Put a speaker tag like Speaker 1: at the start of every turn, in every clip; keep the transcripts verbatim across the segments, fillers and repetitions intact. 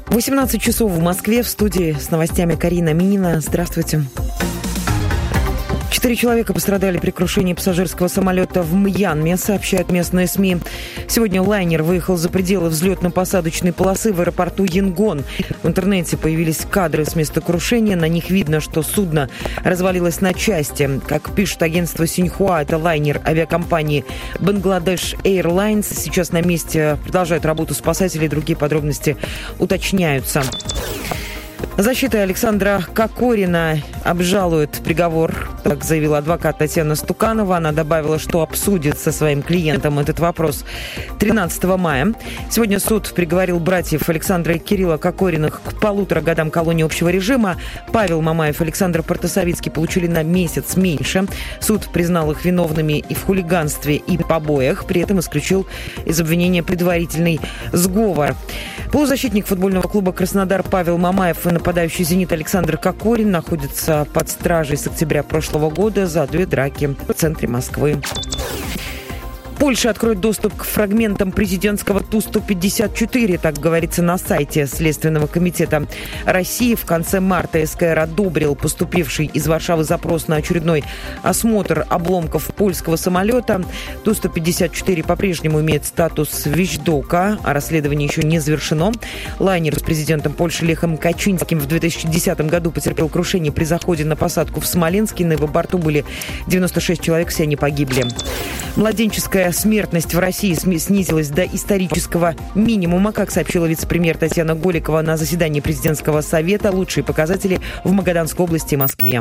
Speaker 1: восемнадцать часов в Москве. В студии с новостями Карина Минина. Здравствуйте. Четыре человека пострадали при крушении пассажирского самолета в Мьянме, сообщают местные СМИ. Сегодня лайнер выехал за пределы взлетно-посадочной полосы в аэропорту Янгон. В интернете появились кадры с места крушения. На них видно, что судно развалилось на части. Как пишет агентство Синьхуа, это лайнер авиакомпании Bangladesh Airlines. Сейчас на месте продолжают работу спасателей. Другие подробности уточняются. Защита Александра Кокорина обжалует приговор, так заявила адвокат Татьяна Стуканова. Она добавила, что обсудит со своим клиентом этот вопрос тринадцатого мая. Сегодня суд приговорил братьев Александра и Кирилла Кокориных к полутора годам колонии общего режима. Павел Мамаев и Александр Протасовицкий получили на месяц меньше. Суд признал их виновными и в хулиганстве, и побоях. При этом исключил из обвинения предварительный сговор. Полузащитник футбольного клуба «Краснодар» Павел Мамаев и нападающий «Зенит» Александр Кокорин находятся под стражей с октября прошлого года за две драки в центре Москвы. Польша откроет доступ к фрагментам президентского Ту сто пятьдесят четыре, так говорится на сайте Следственного комитета России. В конце марта СКР одобрил поступивший из Варшавы запрос на очередной осмотр обломков польского самолета. Ту сто пятьдесят четыре по-прежнему имеет статус вещдока, а расследование еще не завершено. Лайнер с президентом Польши Лехом Качинским в две тысячи десятом году потерпел крушение при заходе на посадку в Смоленске. На его борту были девяносто шесть человек, все они погибли. Младенческая смертность в России снизилась до исторического минимума, как сообщила вице-премьер Татьяна Голикова на заседании президентского совета. Лучшие показатели в Магаданской области и Москве.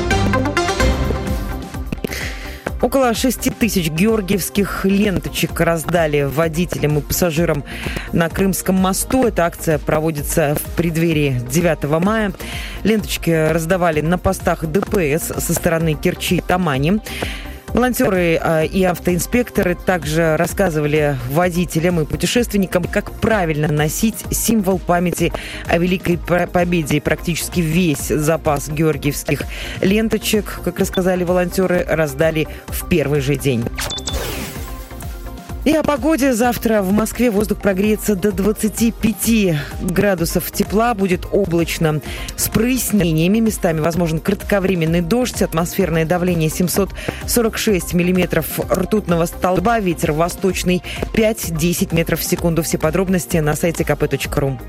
Speaker 1: Около шести тысяч георгиевских ленточек раздали водителям и пассажирам на Крымском мосту. Эта акция проводится в преддверии девятого мая. Ленточки раздавали на постах ДПС со стороны Керчи и Тамани. Волонтеры и автоинспекторы также рассказывали водителям и путешественникам, как правильно носить символ памяти о Великой Победе. И практически весь запас георгиевских ленточек, как рассказали волонтеры, раздали в первый же день. И о погоде. Завтра в Москве воздух прогреется до двадцати пяти градусов тепла. Будет облачно с прояснениями. Местами возможен кратковременный дождь. Атмосферное давление семьсот сорок шесть миллиметров ртутного столба. Ветер восточный пять-десять метров в секунду. Все подробности на сайте ка пэ точка ру.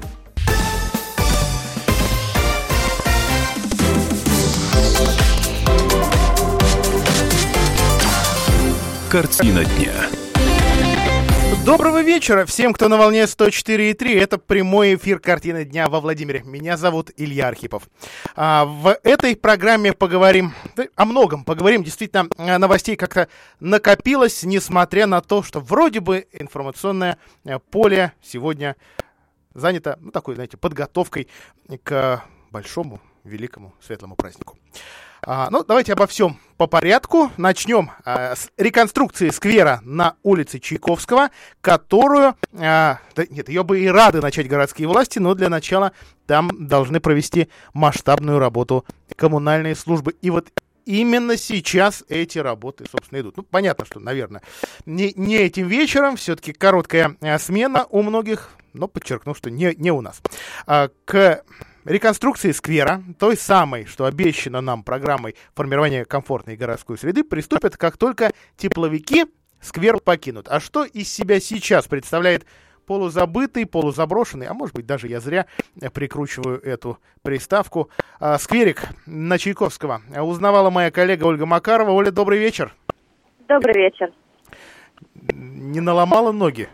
Speaker 2: Картина дня.
Speaker 3: Доброго вечера всем, кто на волне сто четыре и три. Это прямой эфир «Картины дня» во Владимире. Меня зовут Илья Архипов. А, в этой программе поговорим да, о многом. Поговорим, действительно, новостей как-то накопилось, несмотря на то, что вроде бы информационное поле сегодня занято, ну, такой, знаете, подготовкой к большому, великому, светлому празднику. А, ну, давайте обо всем по порядку. Начнем а, с реконструкции сквера на улице Чайковского, которую, а, да, нет, ее бы и рады начать городские власти, но для начала там должны провести масштабную работу коммунальные службы. И вот именно сейчас эти работы, собственно, идут. Ну, понятно, что, наверное, не, не этим вечером, все-таки короткая а, смена у многих, но подчеркну, что не, не у нас. А, к реконструкции сквера, той самой, что обещано нам программой формирования комфортной городской среды, приступят, как только тепловики сквер покинут. А что из себя сейчас представляет полузабытый, полузаброшенный, а может быть даже я зря прикручиваю эту приставку, а, скверик на Чайковского, узнавала моя коллега Ольга Макарова. Оля, добрый вечер.
Speaker 4: Добрый вечер.
Speaker 3: Не наломала ноги?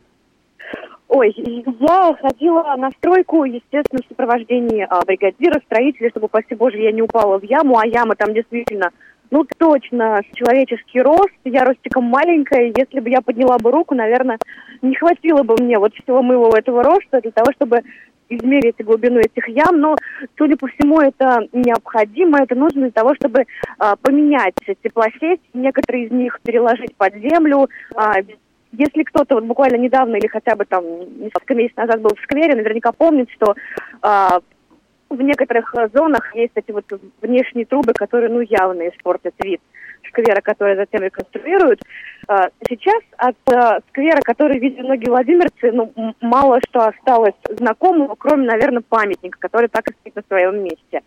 Speaker 4: Ой, я ходила на стройку, естественно, в сопровождении а, бригадира, строителей, чтобы, упаси Боже, я не упала в яму, а яма там действительно, ну, точно, человеческий рост, я ростиком маленькая, если бы я подняла бы руку, наверное, не хватило бы мне вот всего моего этого роста для того, чтобы измерить глубину этих ям, но, судя по всему, это необходимо, это нужно для того, чтобы а, поменять теплосеть, некоторые из них переложить под землю, а, если кто-то вот буквально недавно или хотя бы там несколько месяцев назад был в сквере, наверняка помнит, что а, в некоторых зонах есть эти вот внешние трубы, которые, ну, явно испортят вид сквера, который затем реконструируют. Сейчас от сквера, который видели многие владимирцы, ну, мало что осталось знакомого, кроме, наверное, памятника, который так и стоит на своем месте.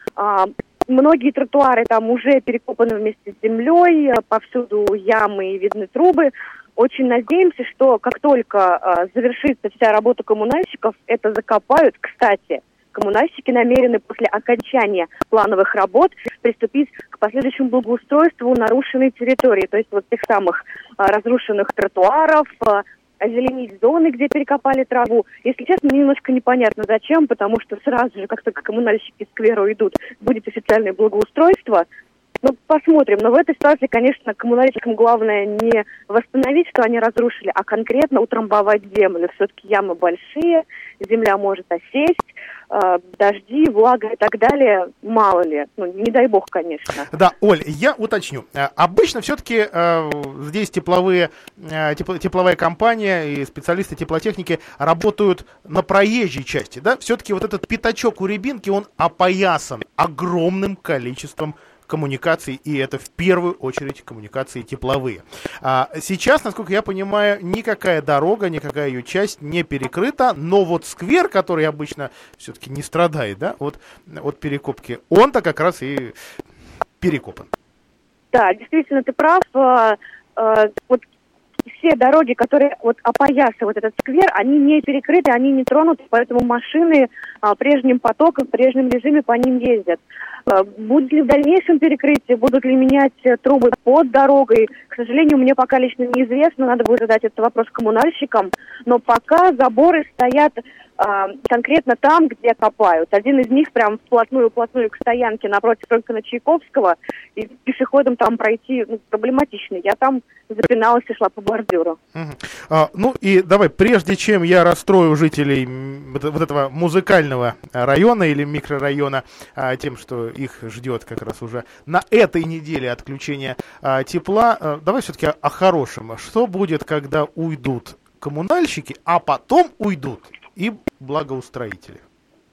Speaker 4: Многие тротуары там уже перекопаны вместе с землей, повсюду ямы и видны трубы. Очень надеемся, что как только завершится вся работа коммунальщиков, это закопают. Кстати, коммунальщики намерены после окончания плановых работ приступить к последующему благоустройству нарушенной территории, то есть вот тех самых а, разрушенных тротуаров, а, озеленить зоны, где перекопали траву. Если честно, мне немножко непонятно зачем, потому что сразу же, как только коммунальщики к скверу уйдут, будет официальное благоустройство. Ну, посмотрим. Но в этой ситуации, конечно, коммунальщикам главное не восстановить, что они разрушили, а конкретно утрамбовать землю. Все-таки ямы большие, земля может осесть, э, дожди, влага и так далее, мало ли. Ну, не дай бог, конечно.
Speaker 3: Да, Оль, я уточню. Обычно все-таки э, здесь тепловые, э, тепло, тепловая компания и специалисты теплотехники работают на проезжей части, да? Все-таки вот этот пятачок у Рябинки, он опоясан огромным количеством коммуникаций, и это в первую очередь коммуникации тепловые. А сейчас, насколько я понимаю, никакая дорога, никакая ее часть не перекрыта, но вот сквер, который обычно все-таки не страдает, да, от, от перекопки, он-то как раз и перекопан.
Speaker 4: Да, действительно, ты прав. Вот все дороги, которые вот опоясывают этот сквер, они не перекрыты, они не тронуты, поэтому машины а, прежним потоком, в прежнем режиме по ним ездят. А, будет ли в дальнейшем перекрытие, будут ли менять трубы под дорогой, к сожалению, мне пока лично неизвестно, надо будет задать этот вопрос коммунальщикам, но пока заборы стоят а, конкретно там, где копают. Один из них прям вплотную-вплотную к стоянке напротив только на Чайковского, и пешеходам там пройти ну, проблематично. Я там запиналась и шла по бордюру. Uh-huh.
Speaker 3: А, ну и давай, прежде чем я расстрою жителей вот, вот этого музыкального района или микрорайона а, тем, что их ждет как раз уже на этой неделе отключение а, тепла, а, давай все-таки о, о хорошем. Что будет, когда уйдут коммунальщики, а потом уйдут и благоустроители?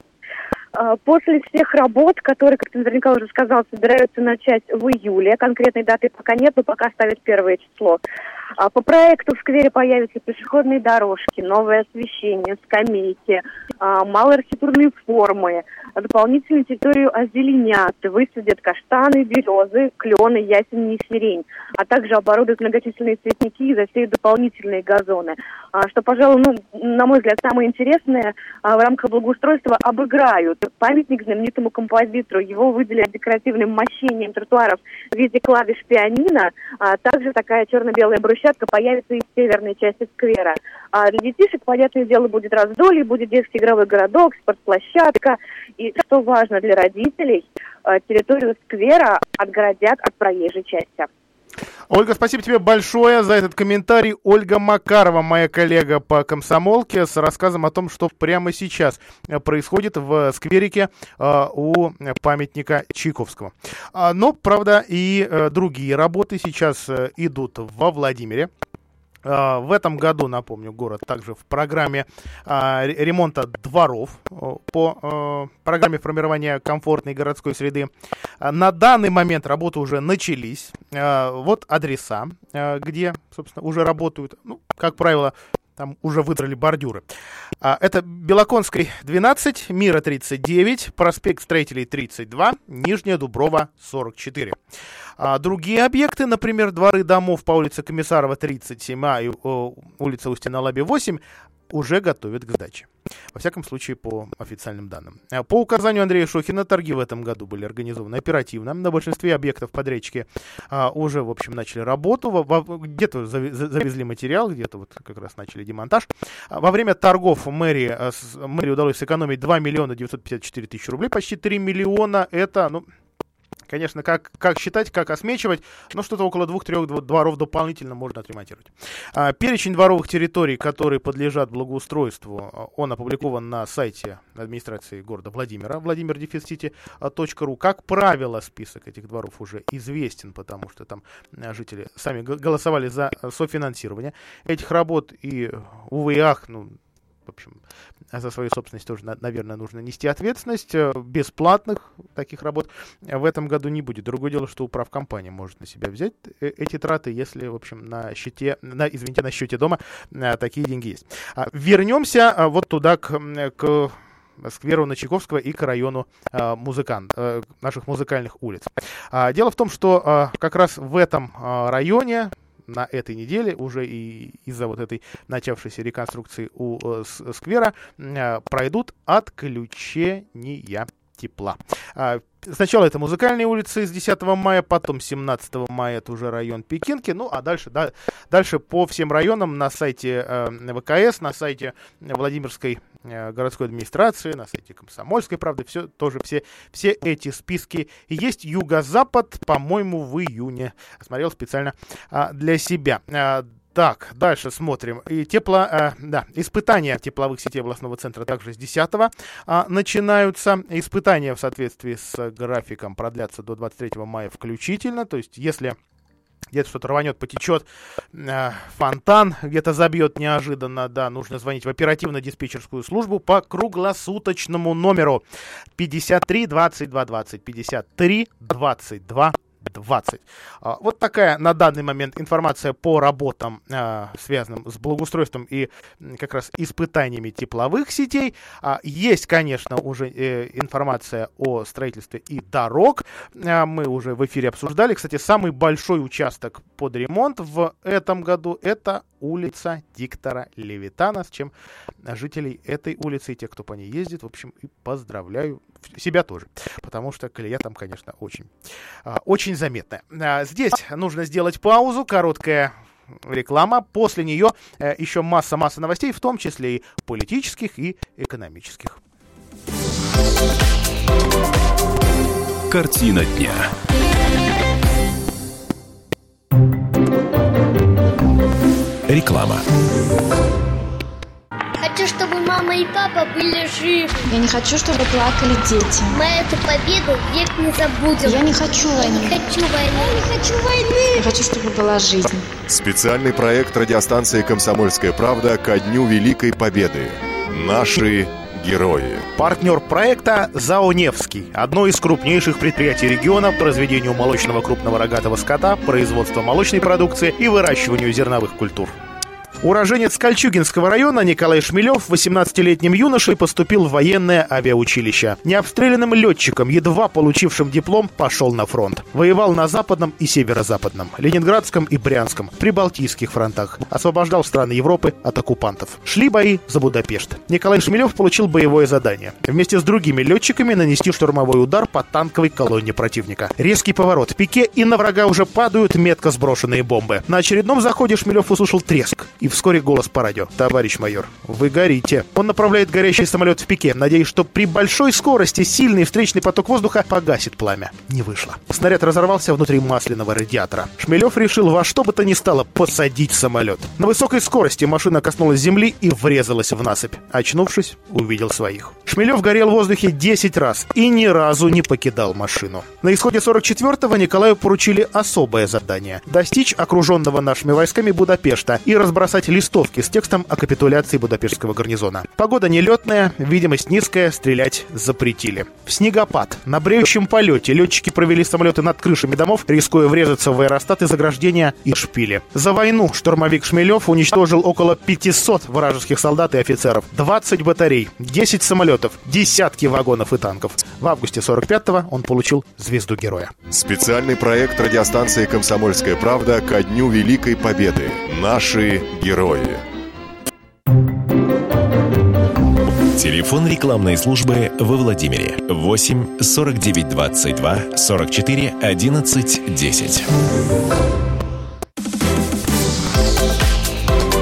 Speaker 4: После всех работ, которые, как ты наверняка уже сказал, собираются начать в июле, конкретной даты пока нет, но пока ставят первое число. По проекту в сквере появятся пешеходные дорожки, новое освещение, скамейки, малоархитектурные формы, дополнительную территорию озеленят, высадят каштаны, березы, клены, ясень и сирень, а также оборудуют многочисленные цветники и засеют дополнительные газоны. Что, пожалуй, ну, на мой взгляд, самое интересное, в рамках благоустройства обыграют памятник знаменитому композитору. Его выделят декоративным мощением тротуаров в виде клавиш пианино. А также такая черно-белая брусчатка появится и в северной части сквера. А для детишек, понятное дело, будет раздолье, будет детский игровой городок, спортплощадка. И, что важно для родителей, территорию сквера отгородят от проезжей части.
Speaker 3: Ольга, спасибо тебе большое за этот комментарий. Ольга Макарова, моя коллега по комсомолке, с рассказом о том, что прямо сейчас происходит в скверике э, у памятника Чайковского. А, но, правда, и э, другие работы сейчас э, идут во Владимире. В этом году, напомню, город также в программе а, ремонта дворов по а, программе формирования комфортной городской среды. А, на данный момент работы уже начались. А, вот адреса, а, где, собственно, уже работают, ну, как правило, там уже выдрали бордюры. А, это Белоконской двенадцать, Мира тридцать девять, проспект Строителей тридцать два, Нижняя Дуброва сорок четыре. А другие объекты, например, дворы домов по улице Комиссарова тридцать семь А и о, улица Устина-Лаби восемь, уже готовят к сдаче. Во всяком случае, по официальным данным. По указанию Андрея Шохина, торги в этом году были организованы оперативно. На большинстве объектов подрядчики а, уже, в общем, начали работу. Во, во, где-то завезли материал, где-то вот как раз начали демонтаж. Во время торгов мэрии, а, с, мэрии удалось сэкономить два миллиона девятьсот пятьдесят четыре тысячи рублей. Почти три миллиона. Это, ну... Конечно, как, как считать, как осмечивать, но что-то около двух-трех дворов дополнительно можно отремонтировать. А, перечень дворовых территорий, которые подлежат благоустройству, он опубликован на сайте администрации города Владимира, владимир дефис-сити точка ру. Как правило, список этих дворов уже известен, потому что там жители сами голосовали за софинансирование этих работ, и, увы и ах, ну, в общем, за свою собственность тоже, наверное, нужно нести ответственность. Бесплатных таких работ в этом году не будет. Другое дело, что управкомпания может на себя взять эти траты, если, в общем, на счете, на, извините, на счете дома такие деньги есть. Вернемся вот туда, к, к скверу на Чайковского и к району э, музыкант, э, наших музыкальных улиц. А, дело в том, что э, как раз в этом э, районе на этой неделе уже и из-за вот этой начавшейся реконструкции у э, сквера э, пройдут отключения тепла. А, сначала это музыкальные улицы с десятого мая, потом семнадцатого мая это уже район Пекинки, ну а дальше, да, дальше по всем районам на сайте э, ВКС, на сайте Владимирской э, городской администрации, на сайте Комсомольской правды, все, тоже все, все эти списки есть. Юго-запад, по-моему, в июне. Смотрел специально э, для себя. Э, Так, дальше смотрим. И тепло, э, да, испытания тепловых сетей областного центра также с десятого э, начинаются. Испытания в соответствии с графиком продлятся до двадцать третьего мая включительно. То есть, если где-то что-то рванет, потечет, э, фонтан где-то забьет неожиданно, да, нужно звонить в оперативно-диспетчерскую службу по круглосуточному номеру пятьдесят три двадцать два двадцать, пятьдесят три двадцать два двадцать. Вот такая на данный момент информация по работам, связанным с благоустройством и как раз испытаниями тепловых сетей. Есть, конечно, уже информация о строительстве и дорог. Мы уже в эфире обсуждали. Кстати, самый большой участок под ремонт в этом году — это улица Диктора Левитана, с чем жителей этой улицы и тех, кто по ней ездит, в общем, и поздравляю себя тоже, потому что колея там, конечно, очень, очень заметная. Здесь нужно сделать паузу, короткая реклама, после нее еще масса-масса новостей, в том числе и политических, и экономических.
Speaker 2: Картина дня. Реклама.
Speaker 5: Хочу, чтобы мама и папа были живы.
Speaker 6: Я не хочу, чтобы плакали дети.
Speaker 5: Мы эту победу век не забудем.
Speaker 6: Я не хочу войны.
Speaker 5: Я не хочу войны. Я не хочу войны.
Speaker 6: Я хочу, чтобы была жизнь.
Speaker 7: Специальный проект радиостанции «Комсомольская правда» ко Дню Великой Победы. Наши герои.
Speaker 3: Партнер проекта ЗАО «Невский». Одно из крупнейших предприятий региона по разведению молочного крупного рогатого скота, производству молочной продукции и выращиванию зерновых культур. Уроженец Кольчугинского района Николай Шмелев восемнадцатилетним юношей поступил в военное авиаучилище. Необстрелянным летчиком, едва получившим диплом, пошел на фронт. Воевал на Западном и Северо-Западном, Ленинградском и Брянском, Прибалтийских фронтах. Освобождал страны Европы от оккупантов. Шли бои за Будапешт. Николай Шмелев получил боевое задание. Вместе с другими летчиками нанести штурмовой удар по танковой колонне противника. Резкий поворот, пике, и на врага уже падают метко сброшенные бомбы. На очередном заходе Шмелев услышал треск. И вскоре голос по радио: «Товарищ майор, вы горите». Он направляет горящий самолет в пике, надеясь, что при большой скорости сильный встречный поток воздуха погасит пламя. Не вышло. Снаряд разорвался внутри масляного радиатора. Шмелев решил во что бы то ни стало посадить самолет. На высокой скорости машина коснулась земли и врезалась в насыпь. Очнувшись, увидел своих. Шмелев горел в воздухе десять раз и ни разу не покидал машину. На исходе сорок четвёртого Николаю поручили особое задание — достичь окруженного нашими войсками Будапешта и разбросать листовки с текстом о капитуляции Будапештского гарнизона. Погода нелетная, видимость низкая, стрелять запретили. В снегопад, на бреющем полете летчики провели самолеты над крышами домов, рискуя врезаться в аэростаты, заграждения и шпили. За войну штурмовик Шмелев уничтожил около пятисот вражеских солдат и офицеров, двадцать батарей, десять самолетов, десятки вагонов и танков. В августе сорок пятого он получил звезду героя.
Speaker 7: Специальный проект радиостанции «Комсомольская правда» ко Дню Великой Победы. Наши герои.
Speaker 2: Телефон рекламной службы во Владимире восемь сорок девять двадцать два сорок четыре одиннадцать десять.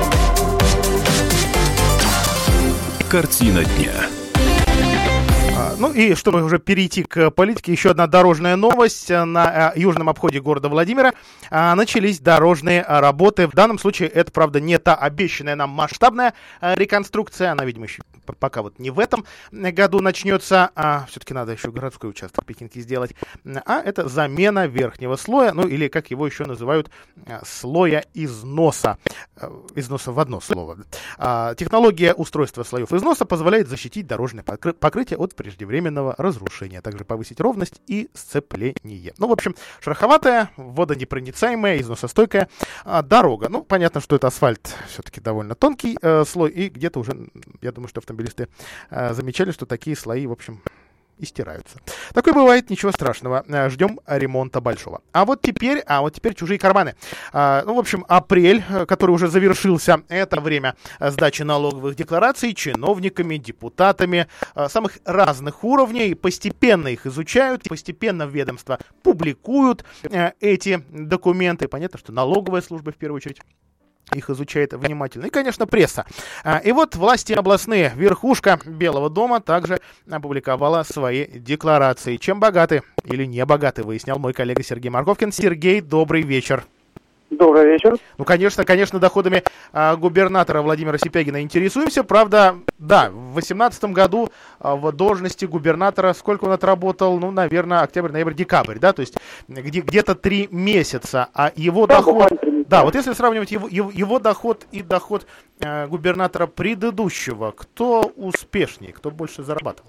Speaker 2: Картина дня.
Speaker 3: Ну и чтобы уже перейти к политике, еще одна дорожная новость. На южном обходе города Владимира начались дорожные работы. В данном случае это, правда, не та обещанная нам масштабная реконструкция. Она, видимо, еще пока вот не в этом году начнется. А все-таки надо еще городской участок в Пекинке сделать. А это замена верхнего слоя, ну или, как его еще называют, слоя износа. Износа в одно слово. Технология устройства слоев износа позволяет защитить дорожное покрытие от преждевременного разрушения, а также повысить ровность и сцепление. Ну, в общем, шероховатая, водонепроницаемая, износостойкая а, дорога. Ну, понятно, что это асфальт все-таки довольно тонкий э, слой, и где-то уже, я думаю, что автомобилисты э, замечали, что такие слои, в общем, и стираются. Такое бывает, ничего страшного. Ждем ремонта большого. А вот теперь, а вот теперь чужие карманы. А, ну, в общем, апрель, который уже завершился, это время сдачи налоговых деклараций чиновниками, депутатами а, самых разных уровней. Постепенно их изучают, постепенно ведомства публикуют а, эти документы. Понятно, что налоговая служба в первую очередь их изучает внимательно. И, конечно, пресса. И вот власти областные, верхушка Белого дома также опубликовала свои декларации. Чем богаты или не богаты, выяснял мой коллега Сергей Марковкин. Сергей, добрый вечер.
Speaker 8: Добрый вечер.
Speaker 3: Ну, конечно, конечно, доходами а, губернатора Владимира Сипягина интересуемся. Правда, да, в две тысячи восемнадцатом году а, в должности губернатора, сколько он отработал? Ну, наверное, октябрь, ноябрь, декабрь, да, то есть где, где-то три месяца. А его да, доход... Да, вот если сравнивать его, его, его доход и доход э, губернатора предыдущего, кто успешнее, кто больше зарабатывал?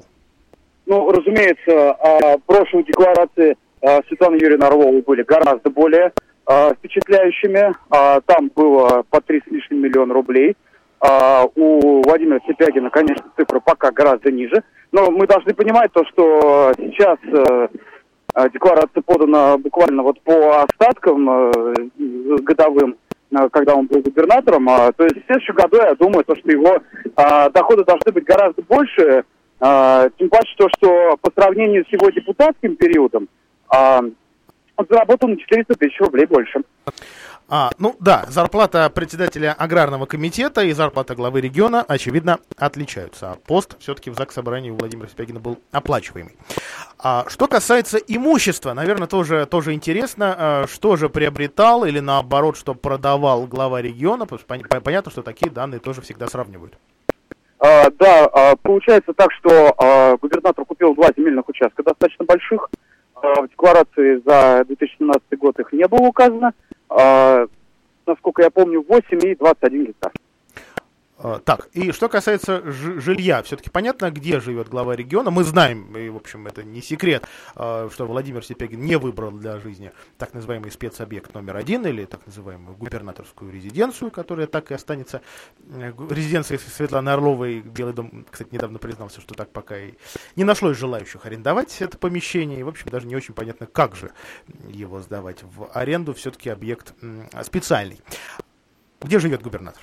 Speaker 8: Ну, разумеется, э, прошлые декларации э, Светланы Юрьевны Орловой были гораздо более э, впечатляющими. Э, там было по три с лишним миллиона рублей. Э, у Владимира Сипягина, конечно, цифра пока гораздо ниже. Но мы должны понимать то, что сейчас... Э, Декларация подана буквально вот по остаткам э, годовым, э, когда он был губернатором. А, то есть в следующем году, я думаю, то, что его э, доходы должны быть гораздо больше. Э, тем паче то, что по сравнению с его депутатским периодом э, он заработал на четыреста тысяч рублей больше.
Speaker 3: А, ну да, зарплата председателя аграрного комитета и зарплата главы региона, очевидно, отличаются. А пост все-таки в Заксобрании у Владимира Сипягина был оплачиваемый. А, что касается имущества, наверное, тоже, тоже интересно, а, что же приобретал или наоборот, что продавал глава региона, потому что пон- понятно, что такие данные тоже всегда сравнивают.
Speaker 8: А, да, а, получается так, что а, губернатор купил два земельных участка достаточно больших. А, в декларации за две тысячи семнадцатый год их не было указано. А, насколько я помню, восемь и двадцать один гектар.
Speaker 3: А, так, и что касается ж- жилья, все-таки понятно, где живет глава региона. Мы знаем, и, в общем, это не секрет, а, что Владимир Сипягин не выбрал для жизни так называемый спецобъект номер один, или так называемую губернаторскую резиденцию, которая так и останется резиденцией Светланы Орловой. Белый дом, кстати, недавно признался, что так пока и не нашлось желающих арендовать это помещение. И, в общем, даже не очень понятно, как же его сдавать в аренду. Все-таки объект м- специальный. Где живет губернатор?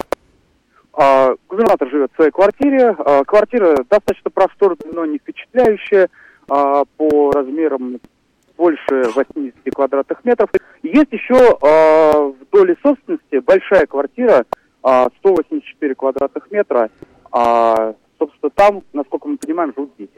Speaker 8: А, губернатор живет в своей квартире. А, квартира достаточно просторная, но не впечатляющая. А, по размерам больше восемьдесят квадратных метров. Есть еще а, в доле собственности большая квартира, а, сто восемьдесят четыре квадратных метра. А, собственно, там, насколько мы понимаем, живут дети.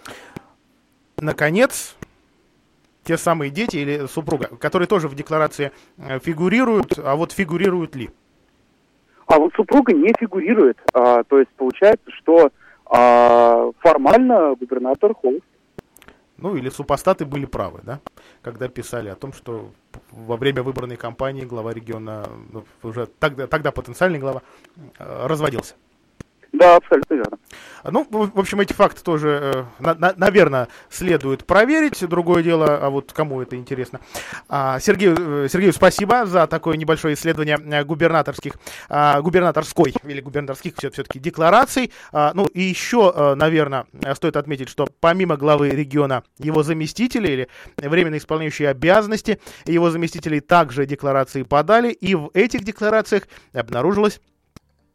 Speaker 3: Наконец, те самые дети или супруга, которые тоже в декларации фигурируют, а вот фигурируют ли?
Speaker 8: А вот супруга не фигурирует. А, то есть получается, что а, формально губернатор холост.
Speaker 3: Ну, или супостаты были правы, да, когда писали о том, что во время выборной кампании глава региона, ну, уже тогда, тогда потенциальный глава, разводился.
Speaker 8: Да, абсолютно верно.
Speaker 3: Ну, в общем, эти факты тоже, на, на, наверное, следует проверить. Другое дело, а вот кому это интересно. А, Сергею, Сергею спасибо за такое небольшое исследование губернаторских, а, губернаторской или губернаторских все-таки деклараций. А, ну, и еще, наверное, стоит отметить, что помимо главы региона, его заместители или временно исполняющие обязанности его заместителей также декларации подали. И в этих декларациях обнаружилось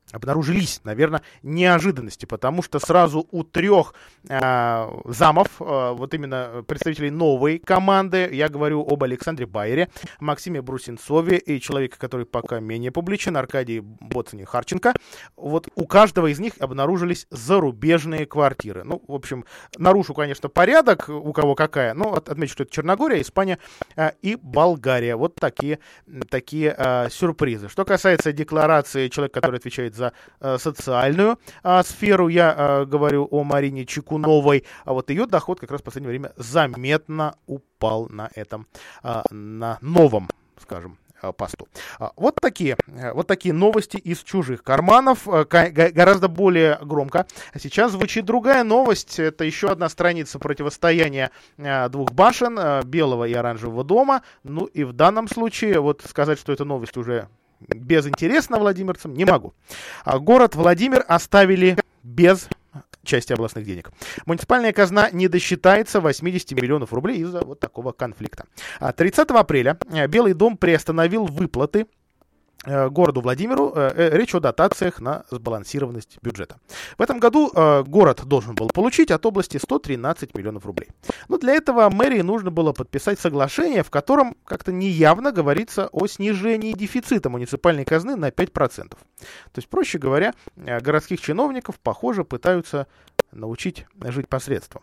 Speaker 3: обнаружились, наверное, неожиданности, потому что сразу у трех э, замов, э, вот именно представителей новой команды, я говорю об Александре Байере, Максиме Брусенцове и человеке, который пока менее публичен, Аркадии Боцине-Харченко, вот у каждого из них обнаружились зарубежные квартиры. Ну, в общем, нарушу, конечно, порядок, у кого какая, но отмечу, что это Черногория, Испания э, и Болгария. Вот такие, такие э, сюрпризы. Что касается декларации человека, который отвечает за э, социальную э, сферу, я э, говорю о Марине Чекуновой, а вот ее доход как раз в последнее время заметно упал на этом, э, на новом, скажем, э, посту. Э, вот такие, э, вот такие новости из чужих карманов, э, г- гораздо более громко. Сейчас звучит другая новость, это еще одна страница противостояния э, двух башен, э, Белого и Оранжевого дома, ну и в данном случае, вот сказать, что эта новость уже безинтересно владимирцам, не могу. Город Владимир оставили без части областных денег. Муниципальная казна не досчитается восемьдесят миллионов рублей из-за вот такого конфликта. тридцатого апреля Белый дом приостановил выплаты городу Владимиру. Речь о дотациях на сбалансированность бюджета. В этом году город должен был получить от области сто тринадцать миллионов рублей. Но для этого мэрии нужно было подписать соглашение, в котором как-то неявно говорится о снижении дефицита муниципальной казны на пять процентов. То есть, проще говоря, городских чиновников, похоже, пытаются научить жить по средствам.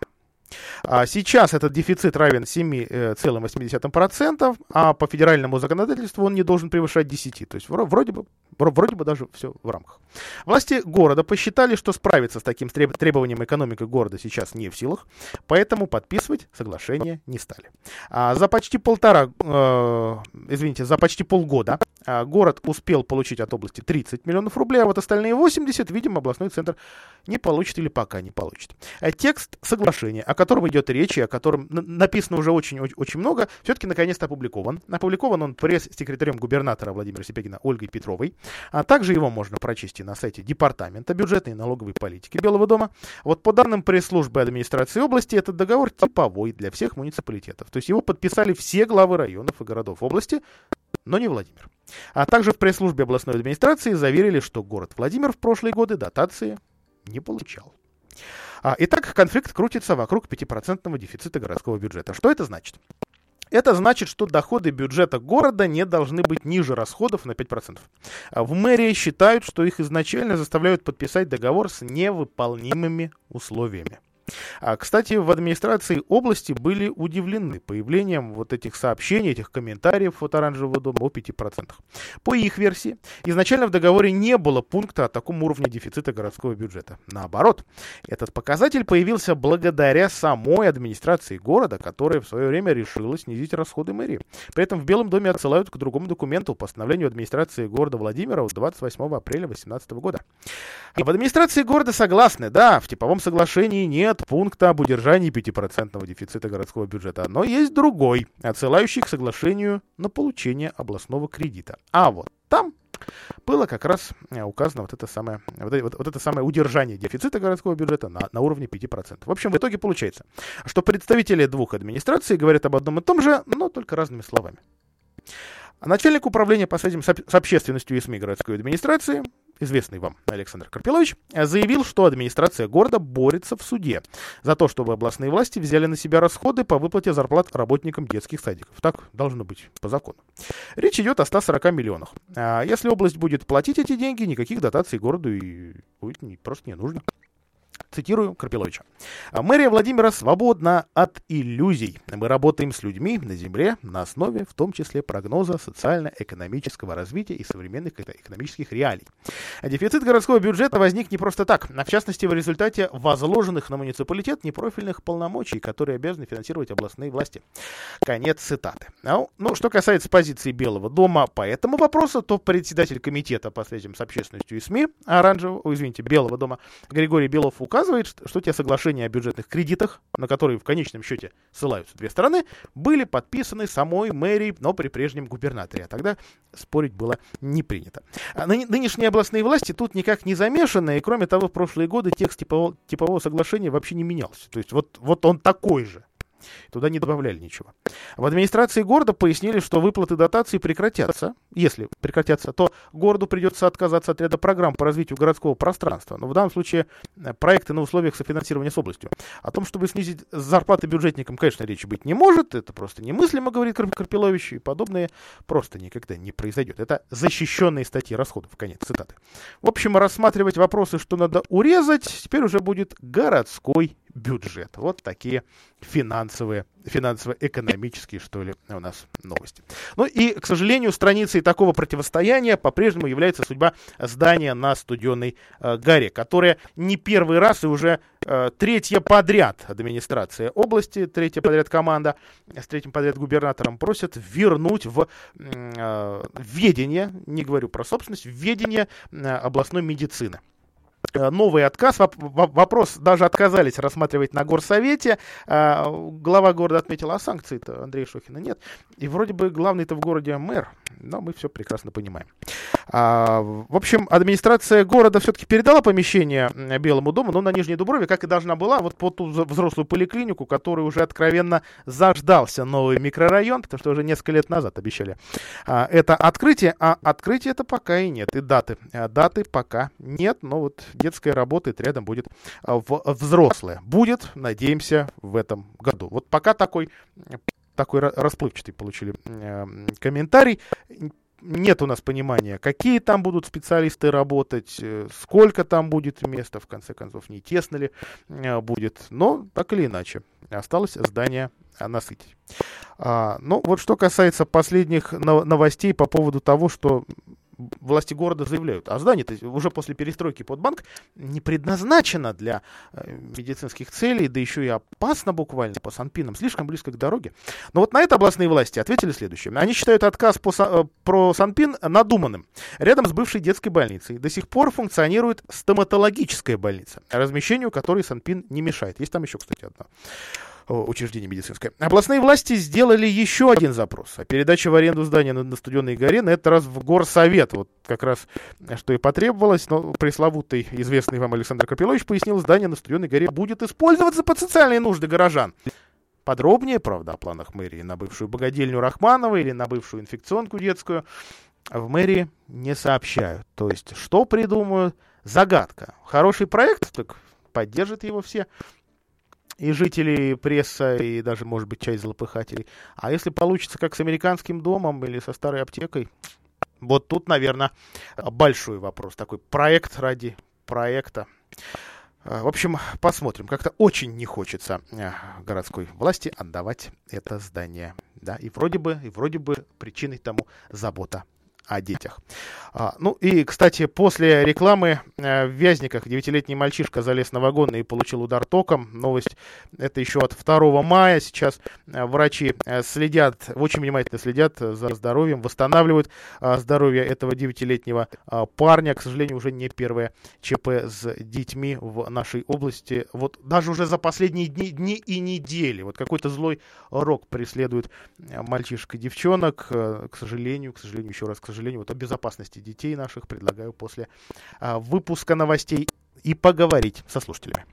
Speaker 3: Сейчас этот дефицит равен семь целых восемь десятых процента, а по федеральному законодательству он не должен превышать десять. То есть вроде бы, вроде бы даже все в рамках. Власти города посчитали, что справиться с таким требованием экономики города сейчас не в силах, поэтому подписывать соглашение не стали. А за почти полтора, э, извините, за почти полгода город успел получить от области тридцать миллионов рублей, а вот остальные восемьдесят, видимо, областной центр не получит или пока не получит. Текст соглашения, о котором идет речь и о котором написано уже очень-очень много, все-таки наконец-то опубликован. Опубликован он пресс-секретарем губернатора Владимира Сипягина Ольгой Петровой. А также его можно прочесть и на сайте Департамента бюджетной и налоговой политики Белого дома. Вот по данным пресс-службы администрации области, этот договор типовой для всех муниципалитетов. То есть его подписали все главы районов и городов области, но не Владимир. А также в пресс-службе областной администрации заверили, что город Владимир в прошлые годы дотации не получал. А, итак, конфликт крутится вокруг пятипроцентного дефицита городского бюджета. Что это значит? Это значит, что доходы бюджета города не должны быть ниже расходов на пять процентов. А в мэрии считают, что их изначально заставляют подписать договор с невыполнимыми условиями. А, кстати, в администрации области были удивлены появлением вот этих сообщений, этих комментариев от Оранжевого дома о пяти процентах. По их версии, изначально в договоре не было пункта о таком уровне дефицита городского бюджета. Наоборот, этот показатель появился благодаря самой администрации города, которая в свое время решила снизить расходы мэрии. При этом в Белом доме отсылают к другому документу, постановлению администрации города Владимира от двадцать восьмого апреля две тысячи восемнадцатого года. И в администрации города согласны, да, в типовом соглашении нет пункта об удержании пятипроцентного дефицита городского бюджета, но есть другой, отсылающий к соглашению на получение областного кредита. А вот там было как раз указано вот это самое, вот, вот, вот это самое удержание дефицита городского бюджета на, на уровне пяти процентов. В общем, в итоге получается, что представители двух администраций говорят об одном и том же, но только разными словами. Начальник управления по связям с общественностью и СМИ городской администрации, известный вам Александр Карпилович, заявил, что администрация города борется в суде за то, чтобы областные власти взяли на себя расходы по выплате зарплат работникам детских садиков. Так должно быть по закону. Речь идет о ста сорока миллионах. А если область будет платить эти деньги, никаких дотаций городу и будет просто не нужно. Цитирую Карпиловича. «Мэрия Владимира свободна от иллюзий. Мы работаем с людьми на земле на основе, в том числе, прогноза социально-экономического развития и современных экономических реалий. Дефицит городского бюджета возник не просто так, а в частности в результате возложенных на муниципалитет непрофильных полномочий, которые обязаны финансировать областные власти». Конец цитаты. Ну, ну, что касается позиции Белого дома по этому вопросу, то председатель комитета по связям с общественностью и СМИ Оранжевого, извините, Белого дома Григорий Белов указывает, что те соглашения о бюджетных кредитах, на которые в конечном счете ссылаются две стороны, были подписаны самой мэрией, но при прежнем губернаторе. А тогда спорить было не принято. А ны- нынешние областные власти тут никак не замешаны, и кроме того, в прошлые годы текст типового, типового соглашения вообще не менялся. То есть вот, вот он такой же. Туда не добавляли ничего. В администрации города пояснили, что выплаты дотаций прекратятся. Если прекратятся, то городу придется отказаться от ряда программ по развитию городского пространства. Но в данном случае проекты на условиях софинансирования с областью. О том, чтобы снизить зарплаты бюджетникам, конечно, речи быть не может. Это просто немыслимо, говорит Карпилович, и подобное просто никогда не произойдет. Это защищенные статьи расходов. Конец цитаты. В общем, рассматривать вопросы, что надо урезать, теперь уже будет городской бюджет. Вот такие финансовые, финансово-экономические, что ли, у нас новости. Ну и, к сожалению, страницей такого противостояния по-прежнему является судьба здания на Студенной э, горе, которое не первый раз и уже э, третья подряд администрация области, третья подряд команда с третьим подряд губернатором просят вернуть в э, ведение, не говорю про собственность, в ведение э, областной медицины. Новый отказ, вопрос даже отказались рассматривать на горсовете. Глава города отметил, а санкций-то Андрея Шохина нет. И вроде бы главный-то в городе мэр, но мы все прекрасно понимаем. В общем, администрация города все-таки передала помещение Белому дому, но на Нижней Дуброве, как и должна была, вот по ту взрослую поликлинику, которую уже откровенно заждался новый микрорайон, потому что уже несколько лет назад обещали это открытие, а открытия это пока и нет, и даты, даты пока нет, но вот детская работает, рядом будет взрослая. Будет, надеемся, в этом году. Вот пока такой, такой расплывчатый получили э, комментарий. Нет у нас понимания, какие там будут специалисты работать, сколько там будет места, в конце концов, не тесно ли э, будет. Но так или иначе, осталось здание насытить. А, ну, вот что касается последних новостей по поводу того, что власти города заявляют, а здание-то уже после перестройки под банк не предназначено для э, медицинских целей, да еще и опасно буквально по Санпинам, слишком близко к дороге. Но вот на это областные власти ответили следующее. Они считают отказ по, э, про Санпин надуманным. Рядом с бывшей детской больницей до сих пор функционирует стоматологическая больница, размещению которой Санпин не мешает. Есть там еще, кстати, одна учреждение медицинское. Областные власти сделали еще один запрос о передаче в аренду здания на, на Студенной горе, на этот раз в горсовет. Вот как раз что и потребовалось, но пресловутый, известный вам Александр Карпилович пояснил, здание на Студенной горе будет использоваться под социальные нужды горожан. Подробнее, правда, о планах мэрии на бывшую богадельню Рахманова или на бывшую инфекционку детскую в мэрии не сообщают. То есть, что придумают? Загадка. Хороший проект, так поддержат его все. И жители, и пресса, и даже, может быть, часть злопыхателей. А если получится, как с американским домом или со старой аптекой, вот тут, наверное, большой вопрос. Такой проект ради проекта. В общем, посмотрим. Как-то очень не хочется городской власти отдавать это здание. Да, и вроде бы, и вроде бы причиной тому забота о детях. А, ну и, кстати, после рекламы э, в Вязниках девятилетний мальчишка залез на вагон и получил удар током. Новость это еще от второго мая. Сейчас э, врачи э, следят, очень внимательно следят за здоровьем, восстанавливают э, здоровье этого девятилетнего э, парня. К сожалению, уже не первое ЧП с детьми в нашей области. Вот даже уже за последние дни, дни и недели. Вот какой-то злой рок преследует э, мальчишек и девчонок. Э, к сожалению, к сожалению, еще раз, к сожалению, вот о безопасности детей наших предлагаю после а, выпуска новостей и поговорить со слушателями.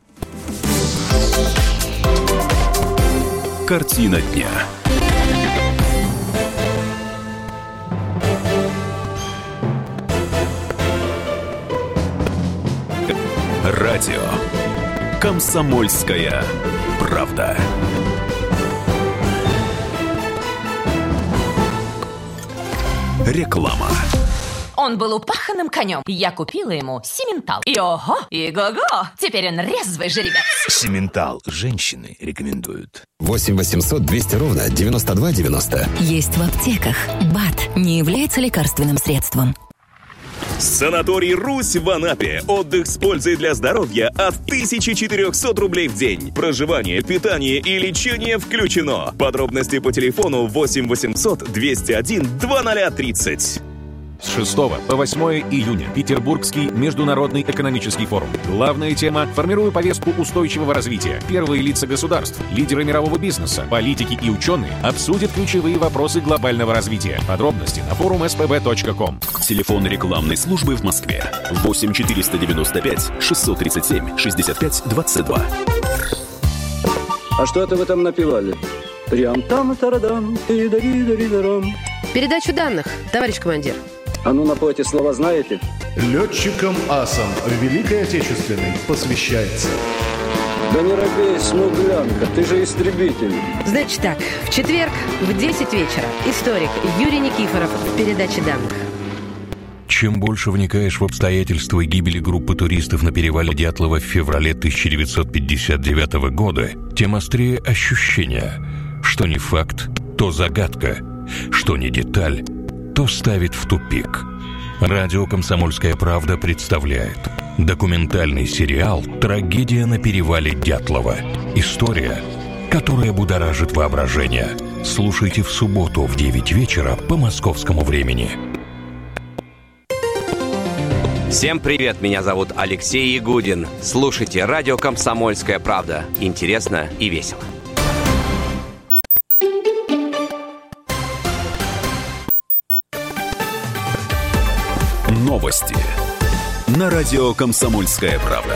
Speaker 2: Картина дня. Радио «Комсомольская правда». Реклама.
Speaker 9: Он был упаханным конем. Я купила ему Симментал. И ого, и го-го. Теперь он резвый жеребец.
Speaker 10: Симментал. Женщины рекомендуют.
Speaker 11: восемь восемьсот двести ровно девяносто два девяносто.
Speaker 12: Есть в аптеках. БАД не является лекарственным средством.
Speaker 2: Санаторий «Русь» в Анапе. Отдых с пользой для здоровья от тысяча четыреста рублей в день. Проживание, питание и лечение включено. Подробности по телефону восемь восемьсот двести один двадцать тридцать.
Speaker 13: С шестого по восьмое июня Петербургский международный экономический форум. Главная тема – формируя повестку устойчивого развития. Первые лица государств, лидеры мирового бизнеса, политики и ученые обсудят ключевые вопросы глобального развития. Подробности на форум эс пэ бэ точка ком.
Speaker 2: Телефон рекламной службы в Москве. восемь четыреста девяносто пять шестьсот тридцать семь шестьдесят пять двадцать два.
Speaker 14: А что это вы там напевали? Трям там тарадам, тидари-дари-дарам.
Speaker 15: Передачу данных, товарищ командир.
Speaker 14: А ну напойте слова, знаете?
Speaker 16: Летчикам-асам Великой Отечественной посвящается.
Speaker 14: Да не робей, смуглянка, ты же истребитель.
Speaker 15: Значит так, в четверг в десять вечера историк Юрий Никифоров в передаче данных.
Speaker 10: Чем больше вникаешь в обстоятельства гибели группы туристов на перевале Дятлова в феврале тысяча девятьсот пятьдесят девятого года, тем острее ощущение, что не факт, то загадка, что не деталь, то ставит в тупик. Радио «Комсомольская правда» представляет документальный сериал «Трагедия на перевале Дятлова». История, которая будоражит воображение. Слушайте в субботу в девять вечера по московскому времени.
Speaker 17: Всем привет, меня зовут Алексей Ягудин. Слушайте радио «Комсомольская правда». Интересно и весело.
Speaker 18: Новости на радио «Комсомольская правда».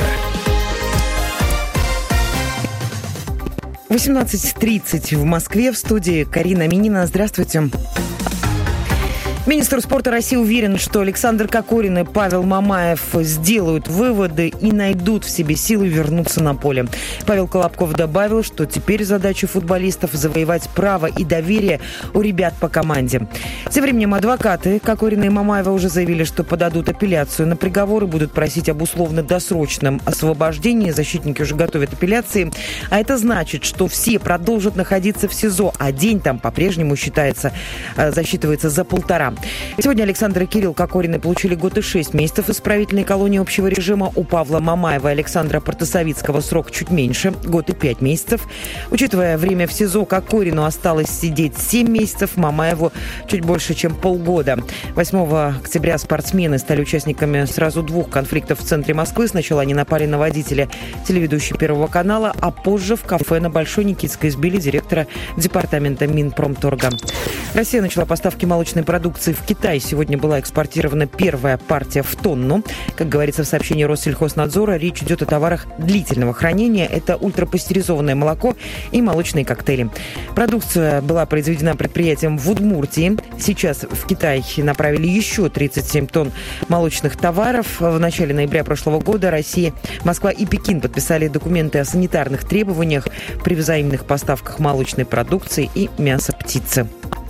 Speaker 1: восемнадцать тридцать в Москве. В студии Карина Минина. Здравствуйте. Министр спорта России уверен, что Александр Кокорин и Павел Мамаев сделают выводы и найдут в себе силы вернуться на поле. Павел Колобков добавил, что теперь задача футболистов завоевать право и доверие у ребят по команде. Тем временем адвокаты Кокорина и Мамаева уже заявили, что подадут апелляцию на приговор и будут просить об условно-досрочном освобождении. Защитники уже готовят апелляции. А это значит, что все продолжат находиться в СИЗО, а день там по-прежнему считается, засчитывается за полтора. Сегодня Александр и Кирилл Кокорины получили год и шесть месяцев исправительной колонии общего режима. У Павла Мамаева и Александра Протасовицкого срок чуть меньше – год и пять месяцев. Учитывая время в СИЗО, Кокорину осталось сидеть семь месяцев, Мамаеву чуть больше, чем полгода. восьмого октября спортсмены стали участниками сразу двух конфликтов в центре Москвы. Сначала они напали на водителя телеведущей Первого канала, а позже в кафе на Большой Никитской избили директора департамента Минпромторга. Россия начала поставки молочной продукции в Китай. Сегодня была экспортирована первая партия в тонну. Как говорится в сообщении Россельхознадзора, речь идет о товарах длительного хранения. Это ультрапастеризованное молоко и молочные коктейли. Продукция была произведена предприятием в Удмуртии. Сейчас в Китай направили еще тридцать семь тонн молочных товаров. В начале ноября прошлого года Россия, Москва и Пекин подписали документы о санитарных требованиях при взаимных поставках молочной продукции и мяса птицы.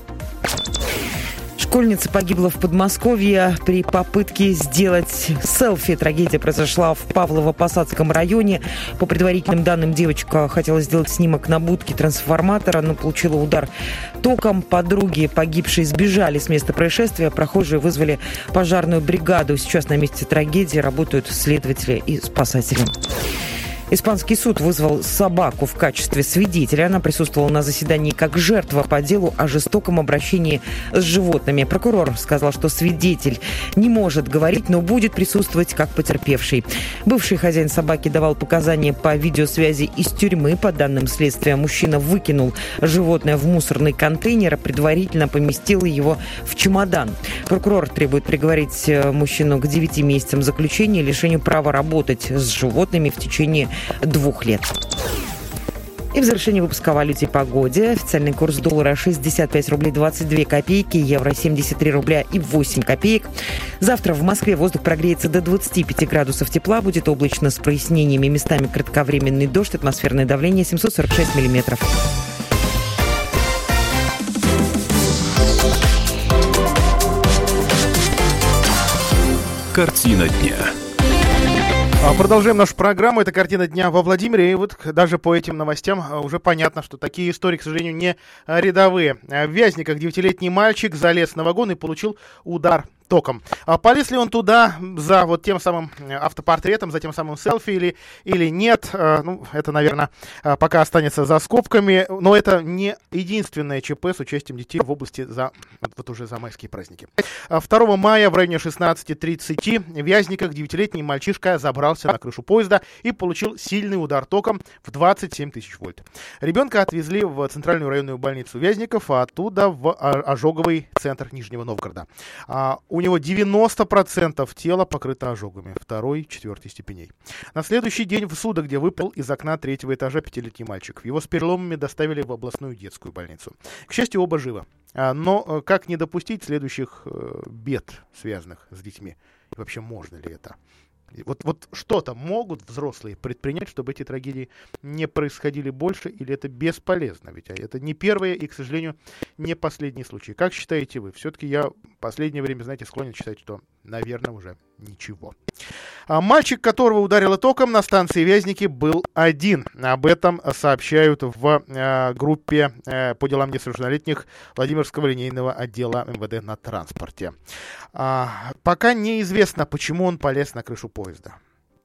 Speaker 1: Школьница погибла в Подмосковье при попытке сделать селфи. Трагедия произошла в Павлово-Посадском районе. По предварительным данным, девочка хотела сделать снимок на будке трансформатора, но получила удар током. Подруги погибшей сбежали с места происшествия. Прохожие вызвали пожарную бригаду. Сейчас на месте трагедии работают следователи и спасатели. Испанский суд вызвал собаку в качестве свидетеля. Она присутствовала на заседании как жертва по делу о жестоком обращении с животными. Прокурор сказал, что свидетель не может говорить, но будет присутствовать как потерпевший. Бывший хозяин собаки давал показания по видеосвязи из тюрьмы. По данным следствия, мужчина выкинул животное в мусорный контейнер, а предварительно поместил его в чемодан. Прокурор требует приговорить мужчину к девяти месяцам заключения и лишению права работать с животными в течение двух лет. И в завершении выпуска о валюте и погоде. Официальный курс доллара шестьдесят пять рублей двадцать две копейки, евро семьдесят три рубля и восемь копеек. Завтра в Москве воздух прогреется до двадцати пяти градусов тепла. Будет облачно с прояснениями, местами кратковременный дождь, атмосферное давление семьсот сорок шесть миллиметров.
Speaker 18: Картина дня.
Speaker 3: Продолжаем нашу программу. Это «Картина дня» во Владимире. И вот даже по этим новостям уже понятно, что такие истории, к сожалению, не рядовые. В Вязниках девятилетний мальчик залез на вагон и получил удар током. А полез ли он туда за вот тем самым автопортретом, за тем самым селфи или, или нет? Ну, это, наверное, пока останется за скобками. Но это не единственное ЧП с участием детей в области за, вот уже за майские праздники. второго мая в районе шестнадцать тридцать в Вязниках девятилетний мальчишка забрался на крышу поезда и получил сильный удар током в двадцать семь тысяч вольт. Ребенка отвезли в центральную районную больницу Вязников, а оттуда в ожоговый центр Нижнего Новгорода. У него девяносто процентов тела покрыто ожогами второй, четвертой степеней. На следующий день в Судогде, где выпал из окна третьего этажа пятилетний мальчик. Его с переломами доставили в областную детскую больницу. К счастью, оба живы. Но как не допустить следующих бед, связанных с детьми? И вообще, можно ли это? Вот, вот что-то могут взрослые предпринять, чтобы эти трагедии не происходили больше, или это бесполезно? Ведь это не первые и, к сожалению, не последние случаи. Как считаете вы? Все-таки я в последнее время, знаете, склонен считать, что, наверное, уже ничего. А мальчик, которого ударило током на станции Вязники, был один. Об этом сообщают в э, группе э, по делам несовершеннолетних Владимирского линейного отдела эм вэ дэ на транспорте. А, пока неизвестно, почему он полез на крышу поезда.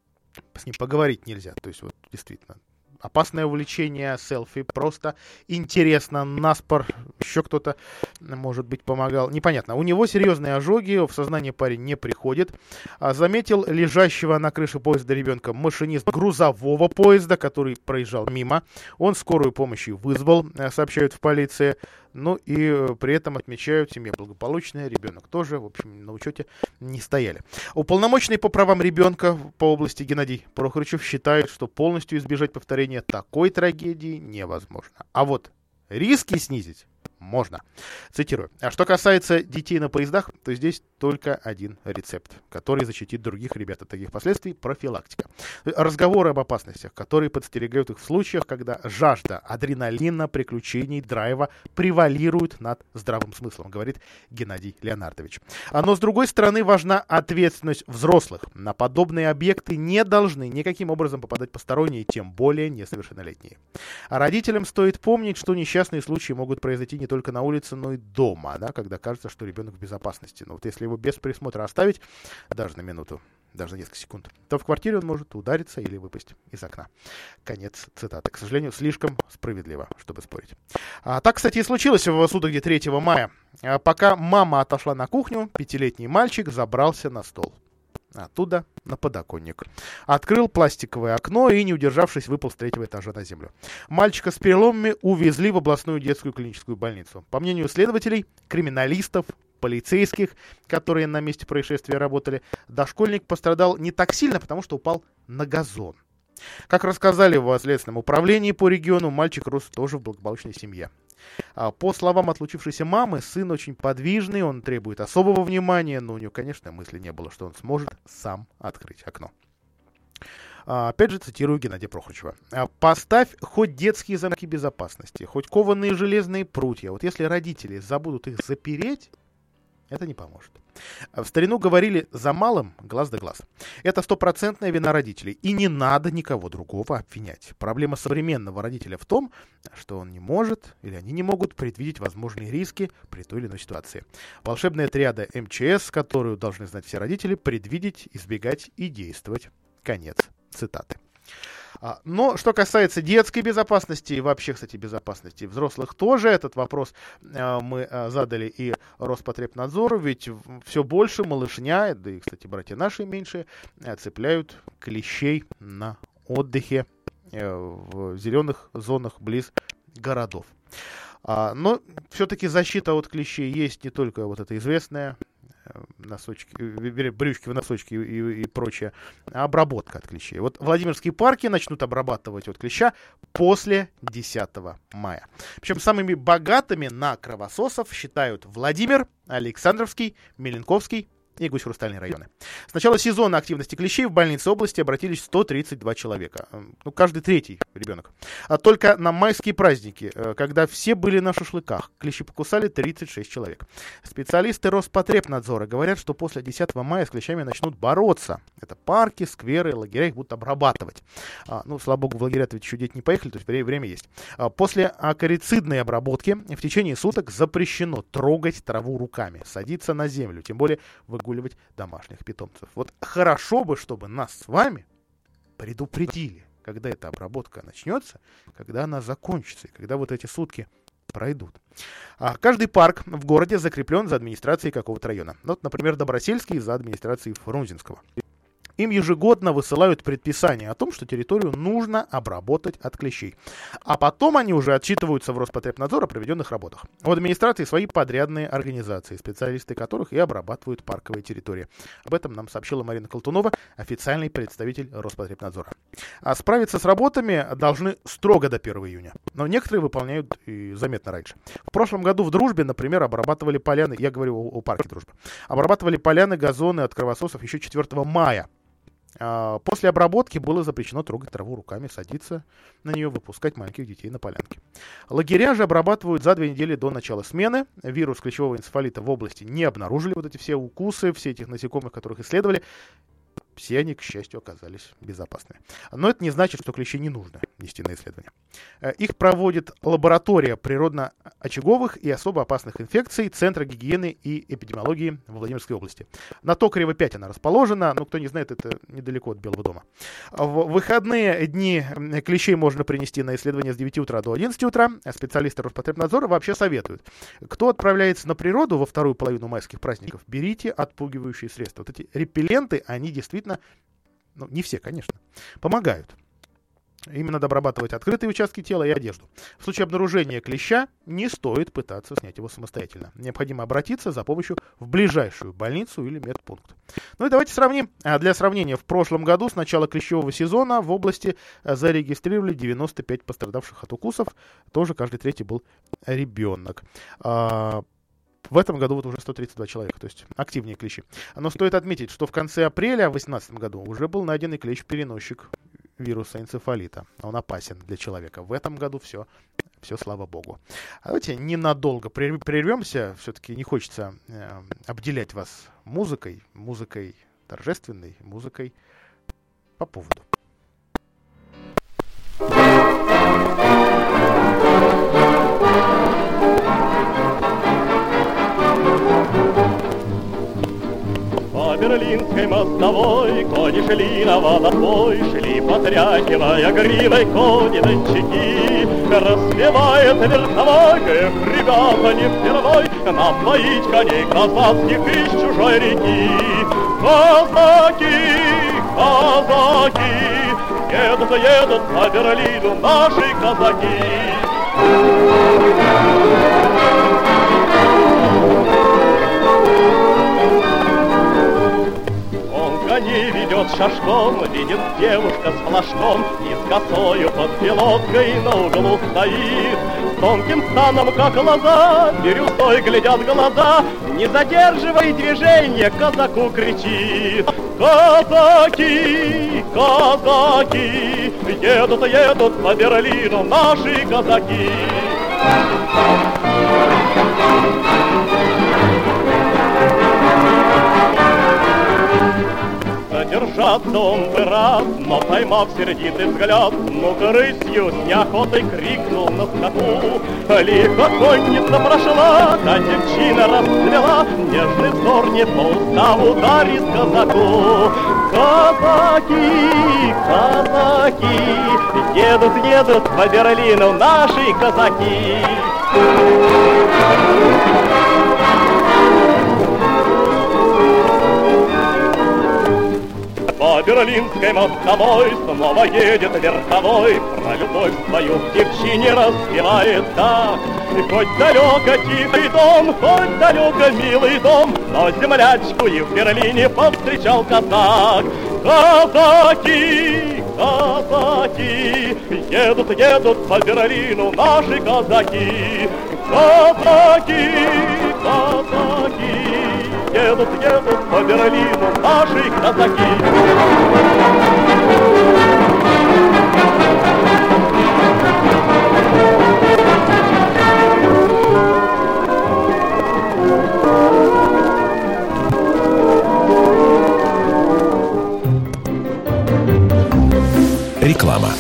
Speaker 3: С ним поговорить нельзя. То есть, вот действительно, опасное увлечение, селфи, просто интересно, наспор, еще кто-то, может быть, помогал. Непонятно. У него серьезные ожоги, в сознание парень не приходит. А заметил лежащего на крыше поезда ребенка машинист грузового поезда, который проезжал мимо. Он скорую помощь вызвал, сообщают в полиции. Ну и при этом отмечают, семья благополучная, ребенок тоже, в общем, на учете не стояли. Уполномоченный по правам ребенка по области Геннадий Прохорычев считает, что полностью избежать повторения такой трагедии невозможно. А вот риски снизить можно. Цитирую. А что касается детей на поездах, то здесь только один рецепт, который защитит других ребят от таких последствий — профилактика. Разговоры об опасностях, которые подстерегают их в случаях, когда жажда адреналина, приключений, драйва превалирует над здравым смыслом, говорит Геннадий Леонардович. Но с другой стороны важна ответственность взрослых. На подобные объекты не должны никаким образом попадать посторонние, тем более несовершеннолетние. А родителям стоит помнить, что несчастные случаи могут произойти не только на улице, но и дома, да, когда кажется, что ребенок в безопасности. Но вот если его без присмотра оставить, даже на минуту, даже на несколько секунд, то в квартире он может удариться или выпасть из окна. Конец цитаты. К сожалению, слишком справедливо, чтобы спорить. А, так, кстати, и случилось в Судогде третьего мая. А, пока мама отошла на кухню, пятилетний мальчик забрался на стол. Оттуда на подоконник. Открыл пластиковое окно и, не удержавшись, выпал с третьего этажа на землю. Мальчика с переломами увезли в областную детскую клиническую больницу. По мнению следователей, криминалистов, полицейских, которые на месте происшествия работали, дошкольник пострадал не так сильно, потому что упал на газон. Как рассказали в Следственном управлении по региону, мальчик рос тоже в благополучной семье. По словам отлучившейся мамы, сын очень подвижный, он требует особого внимания, но у него, конечно, мысли не было, что он сможет сам открыть окно. Опять же, цитирую Геннадия Прохорычева. «Поставь хоть детские замки безопасности, хоть кованые железные прутья. Вот если родители забудут их запереть, это не поможет». В старину говорили: за малым глаз да глаз. Это стопроцентная вина родителей, и не надо никого другого обвинять. Проблема современного родителя в том, что он не может или они не могут предвидеть возможные риски при той или иной ситуации. Волшебная триада эм че эс, которую должны знать все родители: предвидеть, избегать и действовать. Конец цитаты. Но что касается детской безопасности и вообще, кстати, безопасности взрослых тоже, этот вопрос мы задали и Роспотребнадзору, ведь все больше малышня, да и, кстати, братья наши меньшие, цепляют клещей на отдыхе в зеленых зонах близ городов. Но все-таки защита от клещей есть, не только вот эта известная носочки, брючки в носочки и, и, и прочее, обработка от клещей. Вот Владимирские парки начнут обрабатывать от клеща после десятого мая. Причем самыми богатыми на кровососов считают Владимир, Александровский, Меленковский и Гусь-Хрустальные районы. С начала сезона активности клещей в больнице области обратились сто тридцать два человека. Ну, каждый третий ребенок. А только на майские праздники, когда все были на шашлыках, клещи покусали тридцать шесть человек. Специалисты Роспотребнадзора говорят, что после десятого мая с клещами начнут бороться. Это парки, скверы, лагеря, их будут обрабатывать. А, ну, слава богу, в лагеря ведь еще дети не поехали, то есть время есть. А, после акарицидной обработки в течение суток запрещено трогать траву руками, садиться на землю, тем более выгуливать домашних питомцев. Вот хорошо бы, чтобы нас с вами предупредили, когда эта обработка начнется, когда она закончится, и когда вот эти сутки пройдут. А каждый парк в городе закреплен за администрацией какого-то района. Вот, например, Добросельский за администрацией Фрунзенского. им ежегодно высылают предписание о том, что территорию нужно обработать от клещей. А потом они уже отчитываются в Роспотребнадзор о проведенных работах. У администрации свои подрядные организации, специалисты которых и обрабатывают парковые территории. Об этом нам сообщила Марина Колтунова, официальный представитель Роспотребнадзора. А справиться с работами должны строго до первого июня. Но некоторые выполняют и заметно раньше. В прошлом году в Дружбе, например, обрабатывали поляны, я говорю о, о парке Дружбы, обрабатывали поляны, газоны от кровососов еще четвёртого мая. После обработки было запрещено трогать траву руками, садиться на нее, выпускать маленьких детей на полянке. Лагеря же обрабатывают за две недели до начала смены. Вирус клещевого энцефалита в области не обнаружили. Вот эти все укусы, все этих насекомых, которых исследовали, все они, к счастью, оказались безопасны. Но это не значит, что клещи не нужно нести на исследование. Их проводит лаборатория природно-очаговых и особо опасных инфекций Центра гигиены и эпидемиологии в Владимирской области. На Токарева пять она расположена, но кто не знает, это недалеко от Белого дома. В выходные дни клещей можно принести на исследование с девяти утра до одиннадцати утра. Специалисты Роспотребнадзора вообще советуют: кто отправляется на природу во вторую половину майских праздников, берите отпугивающие средства. Вот эти репелленты, они действительно, ну, не все, конечно, помогают. Им надо обрабатывать открытые участки тела и одежду. В случае обнаружения клеща не стоит пытаться снять его самостоятельно. Необходимо обратиться за помощью в ближайшую больницу или медпункт. Ну и давайте сравним. Для сравнения, в прошлом году с начала клещевого сезона в области зарегистрировали девяносто пять пострадавших от укусов. Тоже каждый третий был ребенок. В этом году вот уже сто тридцать два человека, то есть активнее клещи. Но стоит отметить, что в конце апреля две тысячи восемнадцатом году уже был найден и клещ-переносчик вируса энцефалита. Он опасен для человека. В этом году все, все слава богу. А давайте ненадолго прервемся. Все-таки не хочется э, обделять вас музыкой, музыкой торжественной, музыкой по поводу.
Speaker 19: По Берлинской мостовой кони шли на водопой, шли, потряхивая гривой кони дончаки. Распевает верховой, эх, ребята, не впервой нам поить коней казацких из чужой реки. Казаки, казаки, едут, едут по Берлину наши казаки. Коней ведет шашком, видит девушка с флажком и с косою под пилоткой на углу стоит. С тонким станом, как лоза, бирюзой глядят глаза, не задерживай движение, казаку кричит. Казаки, казаки, едут, едут по Берлину наши казаки. Держаться он бы рад, но поймав сердитый взгляд, ну-ка рысью с неохотой крикнул на скаку. Лихо конница прошла, та девчина расцвела, нежный взор не по уставу дарит казаку. Казаки, казаки, едут, едут по Берлину наши казаки. По Берлинской мостовой снова едет верховой, про любовь свою к девчине распевает так. Хоть далеко тихий дом, хоть далеко милый дом, но землячку и в Берлине повстречал казак. Казаки, казаки, едут, едут по Берлину наши казаки. Казаки, казаки, едут, едут по Берлину наши казаки.
Speaker 18: Реклама.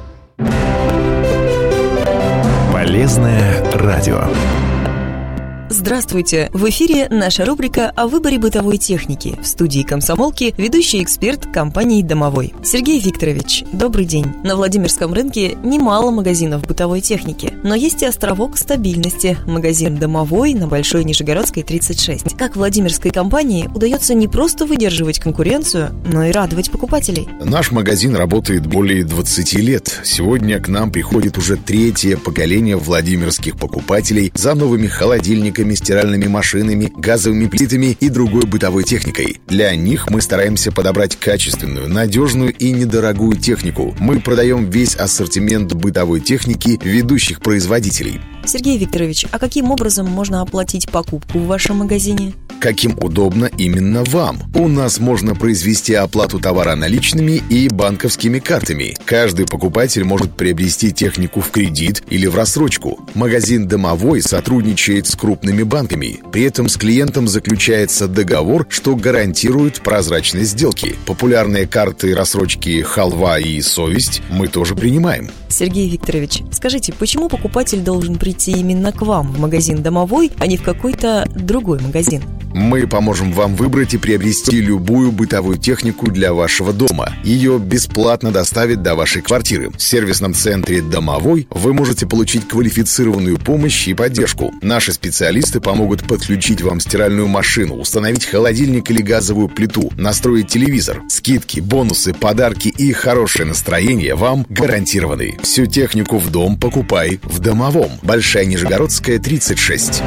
Speaker 18: Полезное радио.
Speaker 20: Здравствуйте! В эфире наша рубрика о выборе бытовой техники. В студии «Комсомолки» ведущий эксперт компании «Домовой». Сергей Викторович, добрый день. На Владимирском рынке немало магазинов бытовой техники, но есть и островок стабильности – магазин «Домовой» на Большой Нижегородской, тридцать шесть. Как владимирской компании удается не просто выдерживать конкуренцию, но и радовать покупателей?
Speaker 21: Наш магазин работает более двадцати лет. Сегодня к нам приходит уже третье поколение владимирских покупателей за новыми холодильниками, стиральными машинами, газовыми плитами и другой бытовой техникой. Для них мы стараемся подобрать качественную, надежную и недорогую технику. Мы продаем весь ассортимент бытовой техники ведущих производителей.
Speaker 20: Сергей Викторович, а каким образом можно оплатить покупку в вашем магазине?
Speaker 21: Каким удобно именно вам. У нас можно произвести оплату товара наличными и банковскими картами. Каждый покупатель может приобрести технику в кредит или в рассрочку. Магазин «Домовой» сотрудничает с крупными банками. При этом с клиентом заключается договор, что гарантирует прозрачность сделки. Популярные карты рассрочки «Халва» и «Совесть» мы тоже принимаем.
Speaker 20: Сергей Викторович, скажите, почему покупатель должен прийти именно к вам в магазин «Домовой», а не в какой-то другой магазин?
Speaker 21: Мы поможем вам выбрать и приобрести любую бытовую технику для вашего дома. Ее бесплатно доставят до вашей квартиры. В сервисном центре «Домовой» вы можете получить квалифицированную помощь и поддержку. Наши специалисты помогут подключить вам стиральную машину, установить холодильник или газовую плиту, настроить телевизор. Скидки, бонусы, подарки и хорошее настроение вам гарантированы. Всю технику в дом покупай в «Домовом». Большая Нижегородская, тридцать шесть.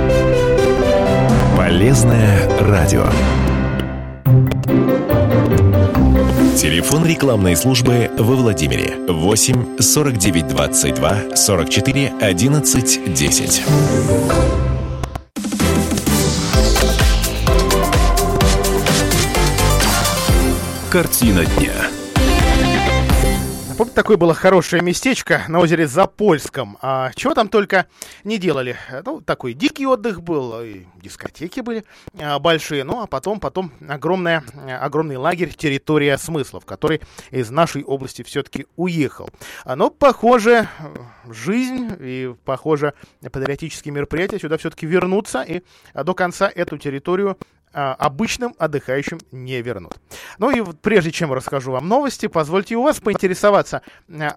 Speaker 22: Полезное радио. Телефон рекламной службы во Владимире восемь сорок девять двадцать два сорок четыре одиннадцать десять. Картина дня.
Speaker 3: Помните, такое было хорошее местечко на озере Запольском. А чего там только не делали. Ну, такой дикий отдых был, и дискотеки были а, большие. Ну, а потом, потом огромная, огромный лагерь «Территория смыслов», который из нашей области все-таки уехал. А, но, похоже, жизнь и, похоже, патриотические мероприятия сюда все-таки вернутся. И до конца эту территорию обычным отдыхающим не вернут. Ну и вот прежде чем расскажу вам новости, позвольте у вас поинтересоваться, а,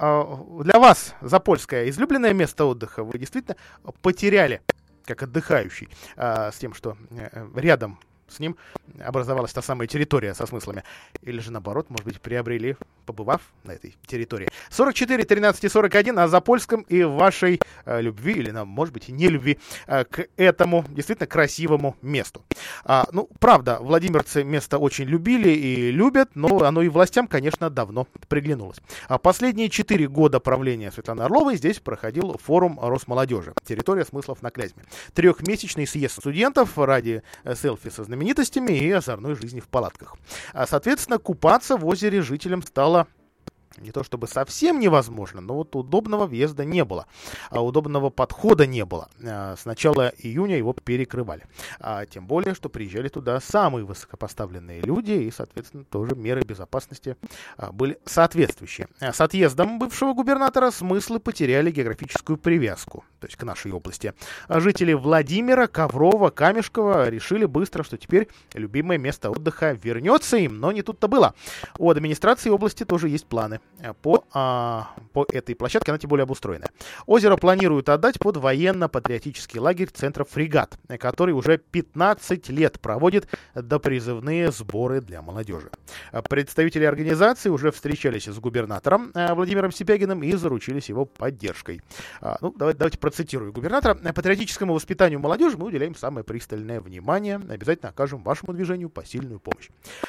Speaker 3: а для вас Запольское излюбленное место отдыха вы действительно потеряли, как отдыхающий, а, с тем, что рядом с ним образовалась та самая территория со смыслами? Или же, наоборот, может быть, приобрели, побывав на этой территории? сорок четыре тринадцать сорок один о Запольском и вашей э, любви, или, может быть, не любви э, к этому действительно красивому месту. А, ну, правда, владимирцы место очень любили и любят, но оно и властям, конечно, давно приглянулось. А последние четыре года правления Светланы Орловой здесь проходил форум Росмолодежи «Территория смыслов» на Клязьме. Трехмесячный съезд студентов ради селфи со знаменитостями и озорной жизни в палатках. А, соответственно, купаться в озере жителям стало не то чтобы совсем невозможно, но вот удобного въезда не было, а удобного подхода не было. А, с начала июня его перекрывали. А, тем более, что приезжали туда самые высокопоставленные люди, и, соответственно, тоже меры безопасности а, были соответствующие. А, с отъездом бывшего губернатора смыслы потеряли географическую привязку, то есть к нашей области. А жители Владимира, Коврова, Камешкова решили быстро, что теперь любимое место отдыха вернется им, но не тут-то было. У администрации области тоже есть планы по, а, по этой площадке, она тем более обустроена. Озеро планируют отдать под военно-патриотический лагерь центра «Фрегат», который уже пятнадцать лет проводит допризывные сборы для молодежи. Представители организации уже встречались с губернатором Владимиром Сипягиным и заручились его поддержкой. Ну, давайте, давайте процитирую губернатора. «Патриотическому воспитанию молодежи мы уделяем самое пристальное внимание. Обязательно окажем вашему движению посильную помощь».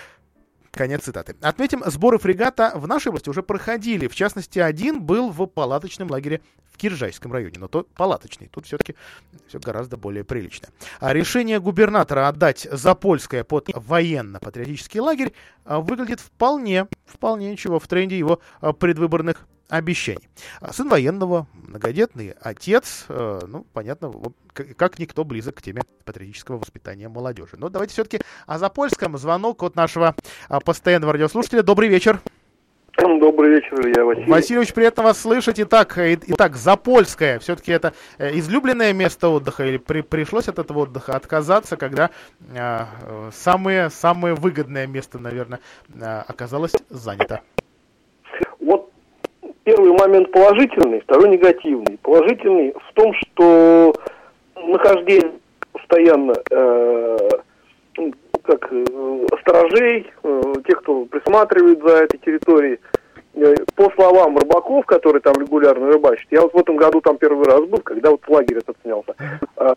Speaker 3: Конец цитаты. Отметим, сборы «Фрегата» в нашей области уже проходили. В частности, один был в палаточном лагере в Киржайском районе. Но тот палаточный. Тут все-таки все гораздо более прилично. А решение губернатора отдать Запольское под военно-патриотический лагерь выглядит вполне, вполне ничего в тренде его предвыборных обещаний. Сын военного, многодетный отец, ну, понятно, как никто близок к теме патриотического воспитания молодежи. Но давайте все-таки о Запольском. Звонок от нашего постоянного радиослушателя. Добрый вечер.
Speaker 4: Добрый вечер, я Василий.
Speaker 3: Васильевич, приятно вас слышать. Итак, итак Запольское, все-таки это излюбленное место отдыха или при, пришлось от этого отдыха отказаться, когда э, самое, самое выгодное место, наверное, э, оказалось занято?
Speaker 4: Вот первый момент положительный, второй негативный. Положительный в том, что нахождение постоянно э, как э, сторожей, э, тех, кто присматривает за этой территорией, э, по словам рыбаков, которые там регулярно рыбачат, я вот в этом году там первый раз был, когда вот лагерь этот снялся, э,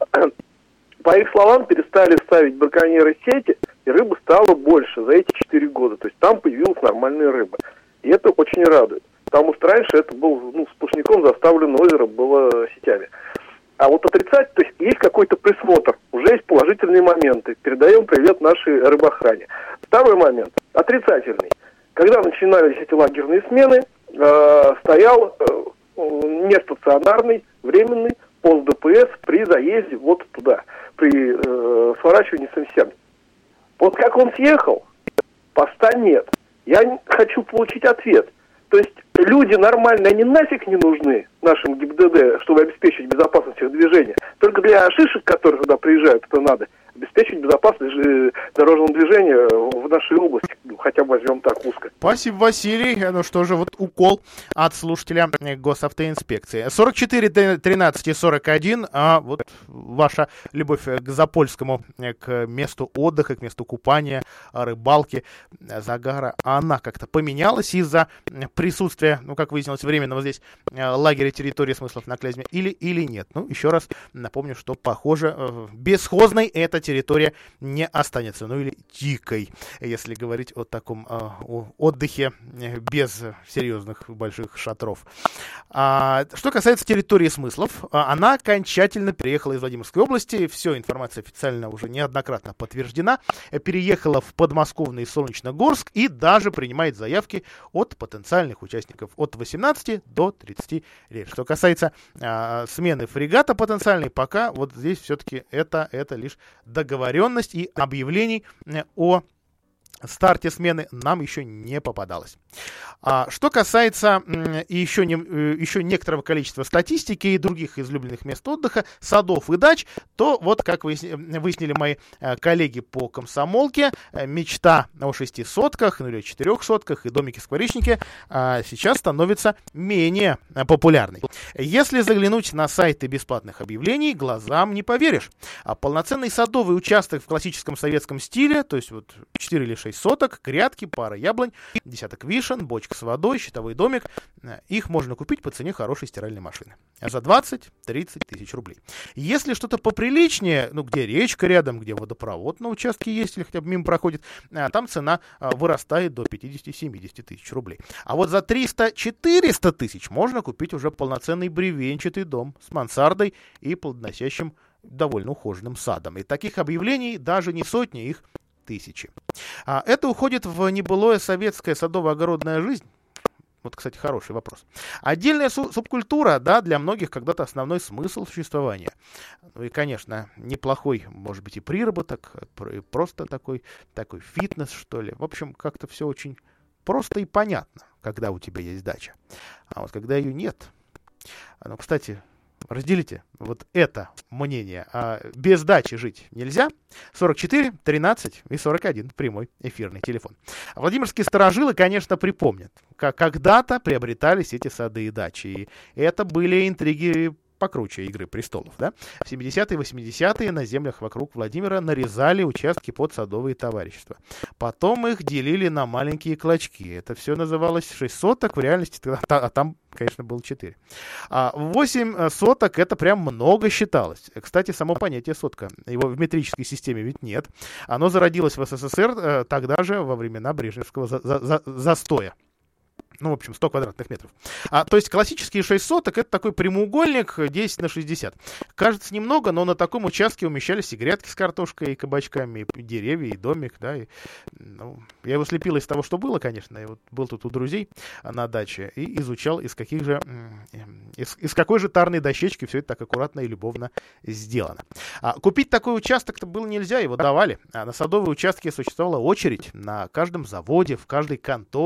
Speaker 4: по их словам, перестали ставить браконьеры сети, и рыбы стало больше за эти четыре года, то есть там появилась нормальная рыба, и это очень радует, потому что раньше это был, ну, сплошняком заставлено озеро было сетями. А вот отрицать, то есть есть какой-то присмотр, уже есть положительные моменты. Передаем привет нашей рыбоохране. Второй момент, отрицательный. Когда начинались эти лагерные смены, э, стоял э, нестационарный, временный пост ДПС при заезде вот туда, при э, сворачивании с эм семь. Вот как он съехал, поста нет. Я хочу получить ответ. То есть люди нормальные, они нафиг не нужны нашим ГИБДД, чтобы обеспечить безопасность их движения. Только для шишек, которые туда приезжают, это надо обеспечить безопасность дорожного движения в нашей области, хотя бы возьмем так узко.
Speaker 3: Спасибо, Василий. Ну что же, вот укол от слушателя госавтоинспекции. сорок четыре тринадцать и сорок один, а вот ваша любовь к Запольскому, к месту отдыха, к месту купания, рыбалки, загара, она как-то поменялась из-за присутствия, ну, как выяснилось, временного здесь лагеря территории смыслов на Клязьме, или, или нет? Ну, еще раз напомню, что, похоже, бесхозной эта территория не останется, ну, или дикой, если говорить о таком э, о отдыхе без серьезных больших шатров. А, что касается территории смыслов, она окончательно переехала из Владимирской области, все, информация официально уже неоднократно подтверждена, переехала в подмосковный Солнечногорск и даже принимает заявки от потенциальных участников от восемнадцати до тридцати лет. Что касается э, смены фрегата потенциальной, пока вот здесь все-таки это, это лишь договоренность, и объявлений о старте смены нам еще не попадалось. А, что касается м, еще, не, еще некоторого количества статистики и других излюбленных мест отдыха, садов и дач, то вот, как выяснили, выяснили мои а, коллеги по комсомолке, а, мечта о шести сотках, ну или четырех сотках и домике-скворечнике а, сейчас становится менее а, популярной. Если заглянуть на сайты бесплатных объявлений, глазам не поверишь. А полноценный садовый участок в классическом советском стиле, то есть вот четыре или шесть соток, грядки, пара яблонь, десяток вишен, бочка с водой, щитовой домик. Их можно купить по цене хорошей стиральной машины. За двадцать-тридцать тысяч рублей. Если что-то поприличнее, ну, где речка рядом, где водопровод на участке есть, или хотя бы мимо проходит, там цена вырастает до пятьдесят-семьдесят тысяч рублей. А вот за триста-четыреста тысяч можно купить уже полноценный бревенчатый дом с мансардой и плодоносящим довольно ухоженным садом. И таких объявлений даже не сотни, их тысячи. А это уходит в небылое советская садово-огородная жизнь. Вот, кстати, хороший вопрос. Отдельная су- субкультура, да, для многих когда-то основной смысл существования. Ну и, конечно, неплохой, может быть, и приработок, просто такой, такой фитнес, что ли. В общем, как-то все очень просто и понятно, когда у тебя есть дача. А вот когда ее нет, ну, кстати, разделите вот это мнение. А без дачи жить нельзя. сорок четыре тринадцать и сорок один. Прямой эфирный телефон. Владимирские старожилы, конечно, припомнят, как когда-то приобретались эти сады и дачи. И это были интриги покруче «Игры престолов». Да? В семидесятые и восьмидесятые на землях вокруг Владимира нарезали участки под садовые товарищества. Потом их делили на маленькие клочки. Это все называлось шесть соток, в реальности, а там, конечно, было четыре. А восемь соток — это прям много считалось. Кстати, само понятие сотка, его в метрической системе ведь нет. Оно зародилось в СССР тогда же, во времена Брежневского за- за- застоя. Ну, в общем, сто квадратных метров. А, то есть классические шесть соток — это такой прямоугольник десять на шестьдесят. Кажется немного, но на таком участке умещались и грядки с картошкой, и кабачками, и деревья, и домик. Да, и, ну, я его слепил из того, что было, конечно. Я вот был тут у друзей на даче и изучал, из каких же, из, из какой же тарной дощечки все это так аккуратно и любовно сделано. А, купить такой участок-то было нельзя, его давали. А на садовые участки существовала очередь на каждом заводе, в каждой конторе.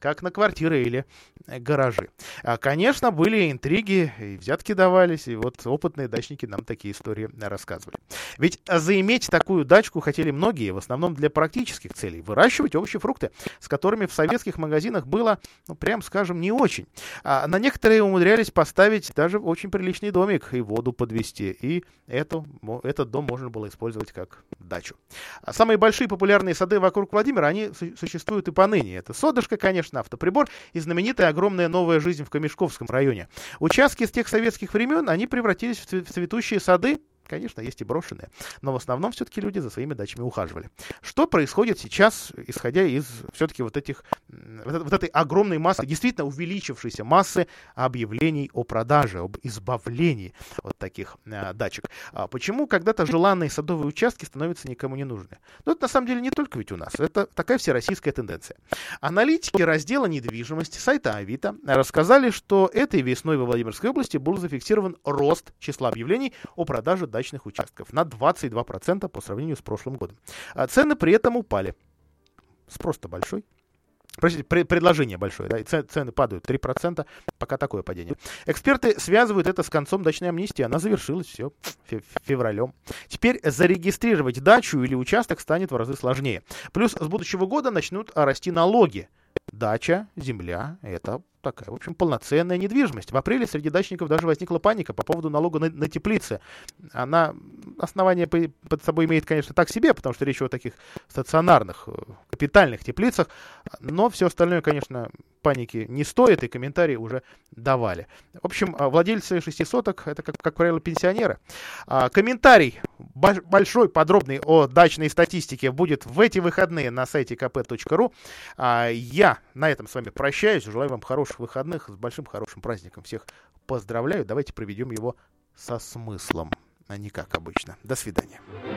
Speaker 3: как на квартиры или гаражи. А, конечно, были интриги, и взятки давались, и вот опытные дачники нам такие истории рассказывали. Ведь заиметь такую дачку хотели многие, в основном для практических целей. Выращивать овощи, фрукты, с которыми в советских магазинах было, ну, прям скажем, не очень. А на некоторые умудрялись поставить даже очень приличный домик и воду подвести, и эту, этот дом можно было использовать как дачу. А самые большие популярные сады вокруг Владимира, они существуют и поныне. Это Содышко, конечно, Автоприбор и знаменитая огромная новая жизнь в Камешковском районе. Участки с тех советских времен, они превратились в цветущие сады. Конечно, есть и брошенные, но в основном все-таки люди за своими дачами ухаживали. Что происходит сейчас, исходя из все-таки вот этих, вот этой огромной массы, действительно увеличившейся массы объявлений о продаже, об избавлении от таких э, дачек? А почему когда-то желанные садовые участки становятся никому не нужны? Ну, это на самом деле не только ведь у нас, это такая всероссийская тенденция. Аналитики раздела недвижимости сайта Авито рассказали, что этой весной во Владимирской области был зафиксирован рост числа объявлений о продаже дачных участков на двадцать два процента по сравнению с прошлым годом. А цены при этом упали. Спрос-то большой. Простите, предложение большое, да, и цены падают три процента, пока такое падение. Эксперты связывают это с концом дачной амнистии. Она завершилась все февралем. Теперь зарегистрировать дачу или участок станет в разы сложнее. Плюс с будущего года начнут расти налоги. Дача, земля — это такая, в общем, полноценная недвижимость. В апреле среди дачников даже возникла паника по поводу налога на, на теплицы. Она основание по, под собой имеет, конечно, так себе, потому что речь о таких стационарных, капитальных теплицах, но все остальное, конечно, паники не стоит, и комментарии уже давали. В общем, владельцы шестисоток — это, как, как правило, пенсионеры. А, комментарий большой, подробный о дачной статистике будет в эти выходные на сайте ка пэ точка ру. А, я на этом с вами прощаюсь. Желаю вам хороших выходных, с большим хорошим праздником. Всех поздравляю. Давайте проведем его со смыслом, а не как обычно. До свидания.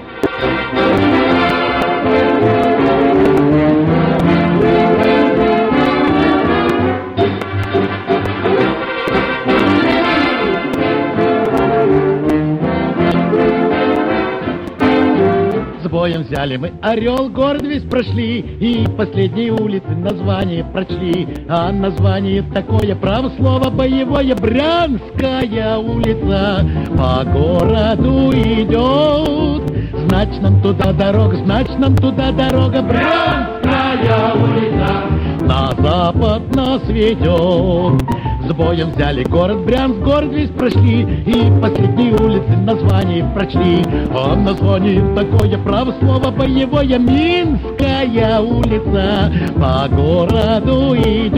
Speaker 5: С боем взяли мы Орел, город весь прошли, и последние улицы название прочли. А название такое, право слово боевое, Брянская улица по городу идет. Значит, нам туда дорога, значит, нам туда дорога, Брянская улица на запад нас ведет. С боем взяли город Брянск, город весь прошли, и последние улицы название прочли. А название такое, право слово боевое, Минская улица по городу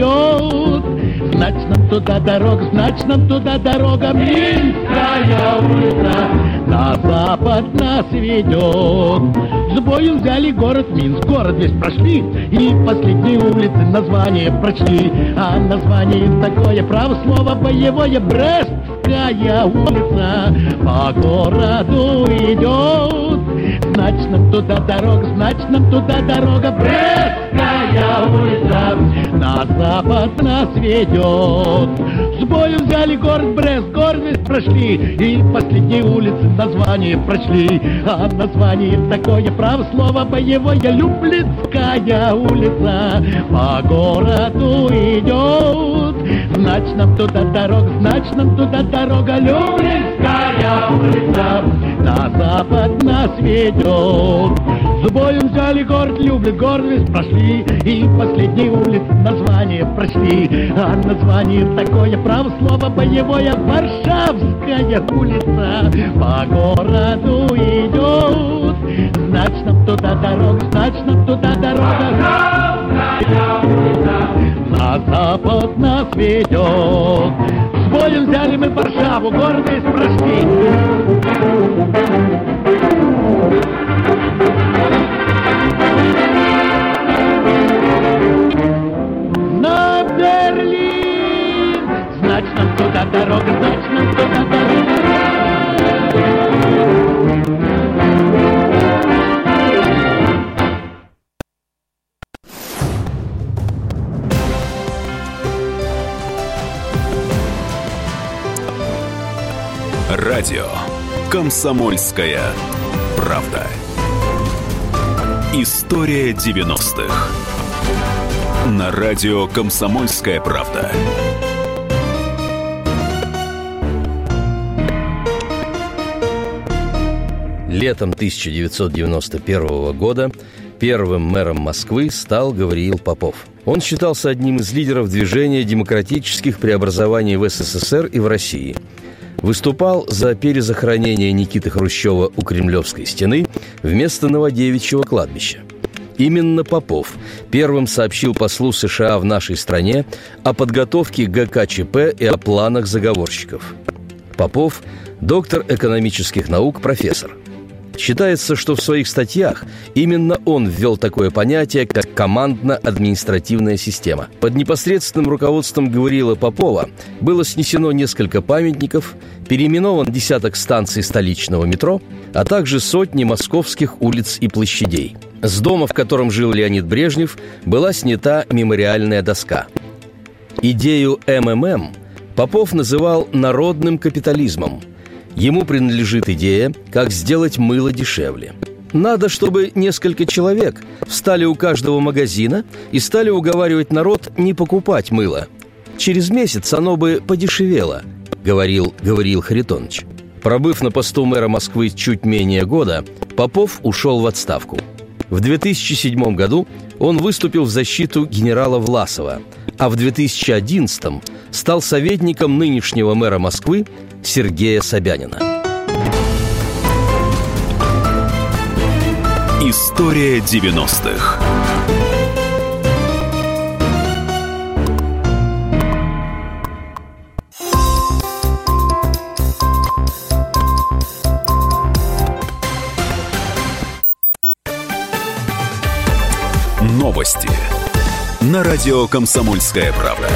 Speaker 5: идет. Значит, нам туда дорога, значит, нам туда дорога, Минская улица на запад нас ведет. С боем взяли город Минск, город весь прошли, и последние улицы название прочли. А название такое, право слово боевое, Брестская улица по городу идет. Значит, нам туда дорога, значит, нам туда дорога, Брестская улица на запад нас ведет. С боем взяли город Брест, город весь прошли, и последние улицы название прочли. А название такое, право слово боевое, Люблинская улица по городу идет. Значит, нам туда дорога, значит, нам туда дорога, Люблинская улица на запад нас ведет. С боем взяли город Люблин, город весь прошли, и последние улицы название прочли. А название такое, право слово боевое, Варшавская улица по городу идет. Значит, нам туда дорога, значит, нам туда дорога, Варшавская улица на запад нас ведет. С боем взяли мы Варшаву, город весь прошли. На Берлин, значит, нам туда дорога, значит, нам туда дорога.
Speaker 18: Радио «Комсомольская правда». История девяностых. на радио «Комсомольская правда».
Speaker 6: Летом тысяча девятьсот девяносто первого года первым мэром Москвы стал Гавриил Попов. Он считался одним из лидеров движения демократических преобразований в СССР и в России. Выступал за перезахоронение Никиты Хрущева у Кремлевской стены вместо Новодевичьего кладбища. Именно Попов первым сообщил послу США в нашей стране о подготовке ГКЧП и о планах заговорщиков. Попов – доктор экономических наук, профессор. Считается, что в своих статьях именно он ввел такое понятие, как командно-административная система. Под непосредственным руководством Гавриила Попова было снесено несколько памятников, переименован десяток станций столичного метро, а также сотни московских улиц и площадей. С дома, в котором жил Леонид Брежнев, была снята мемориальная доска. Идею эм эм эм Попов называл народным капитализмом. Ему принадлежит идея, как сделать мыло дешевле. Надо, чтобы несколько человек встали у каждого магазина и стали уговаривать народ не покупать мыло. Через месяц оно бы подешевело, говорил Гавриил Харитонович. Пробыв на посту мэра Москвы чуть менее года, Попов ушел в отставку. В две тысячи седьмом году он выступил в защиту генерала Власова, а в две тысячи одиннадцатом стал советником нынешнего мэра Москвы Сергея Собянина.
Speaker 18: История девяностых. Новости на радио «Комсомольская правда».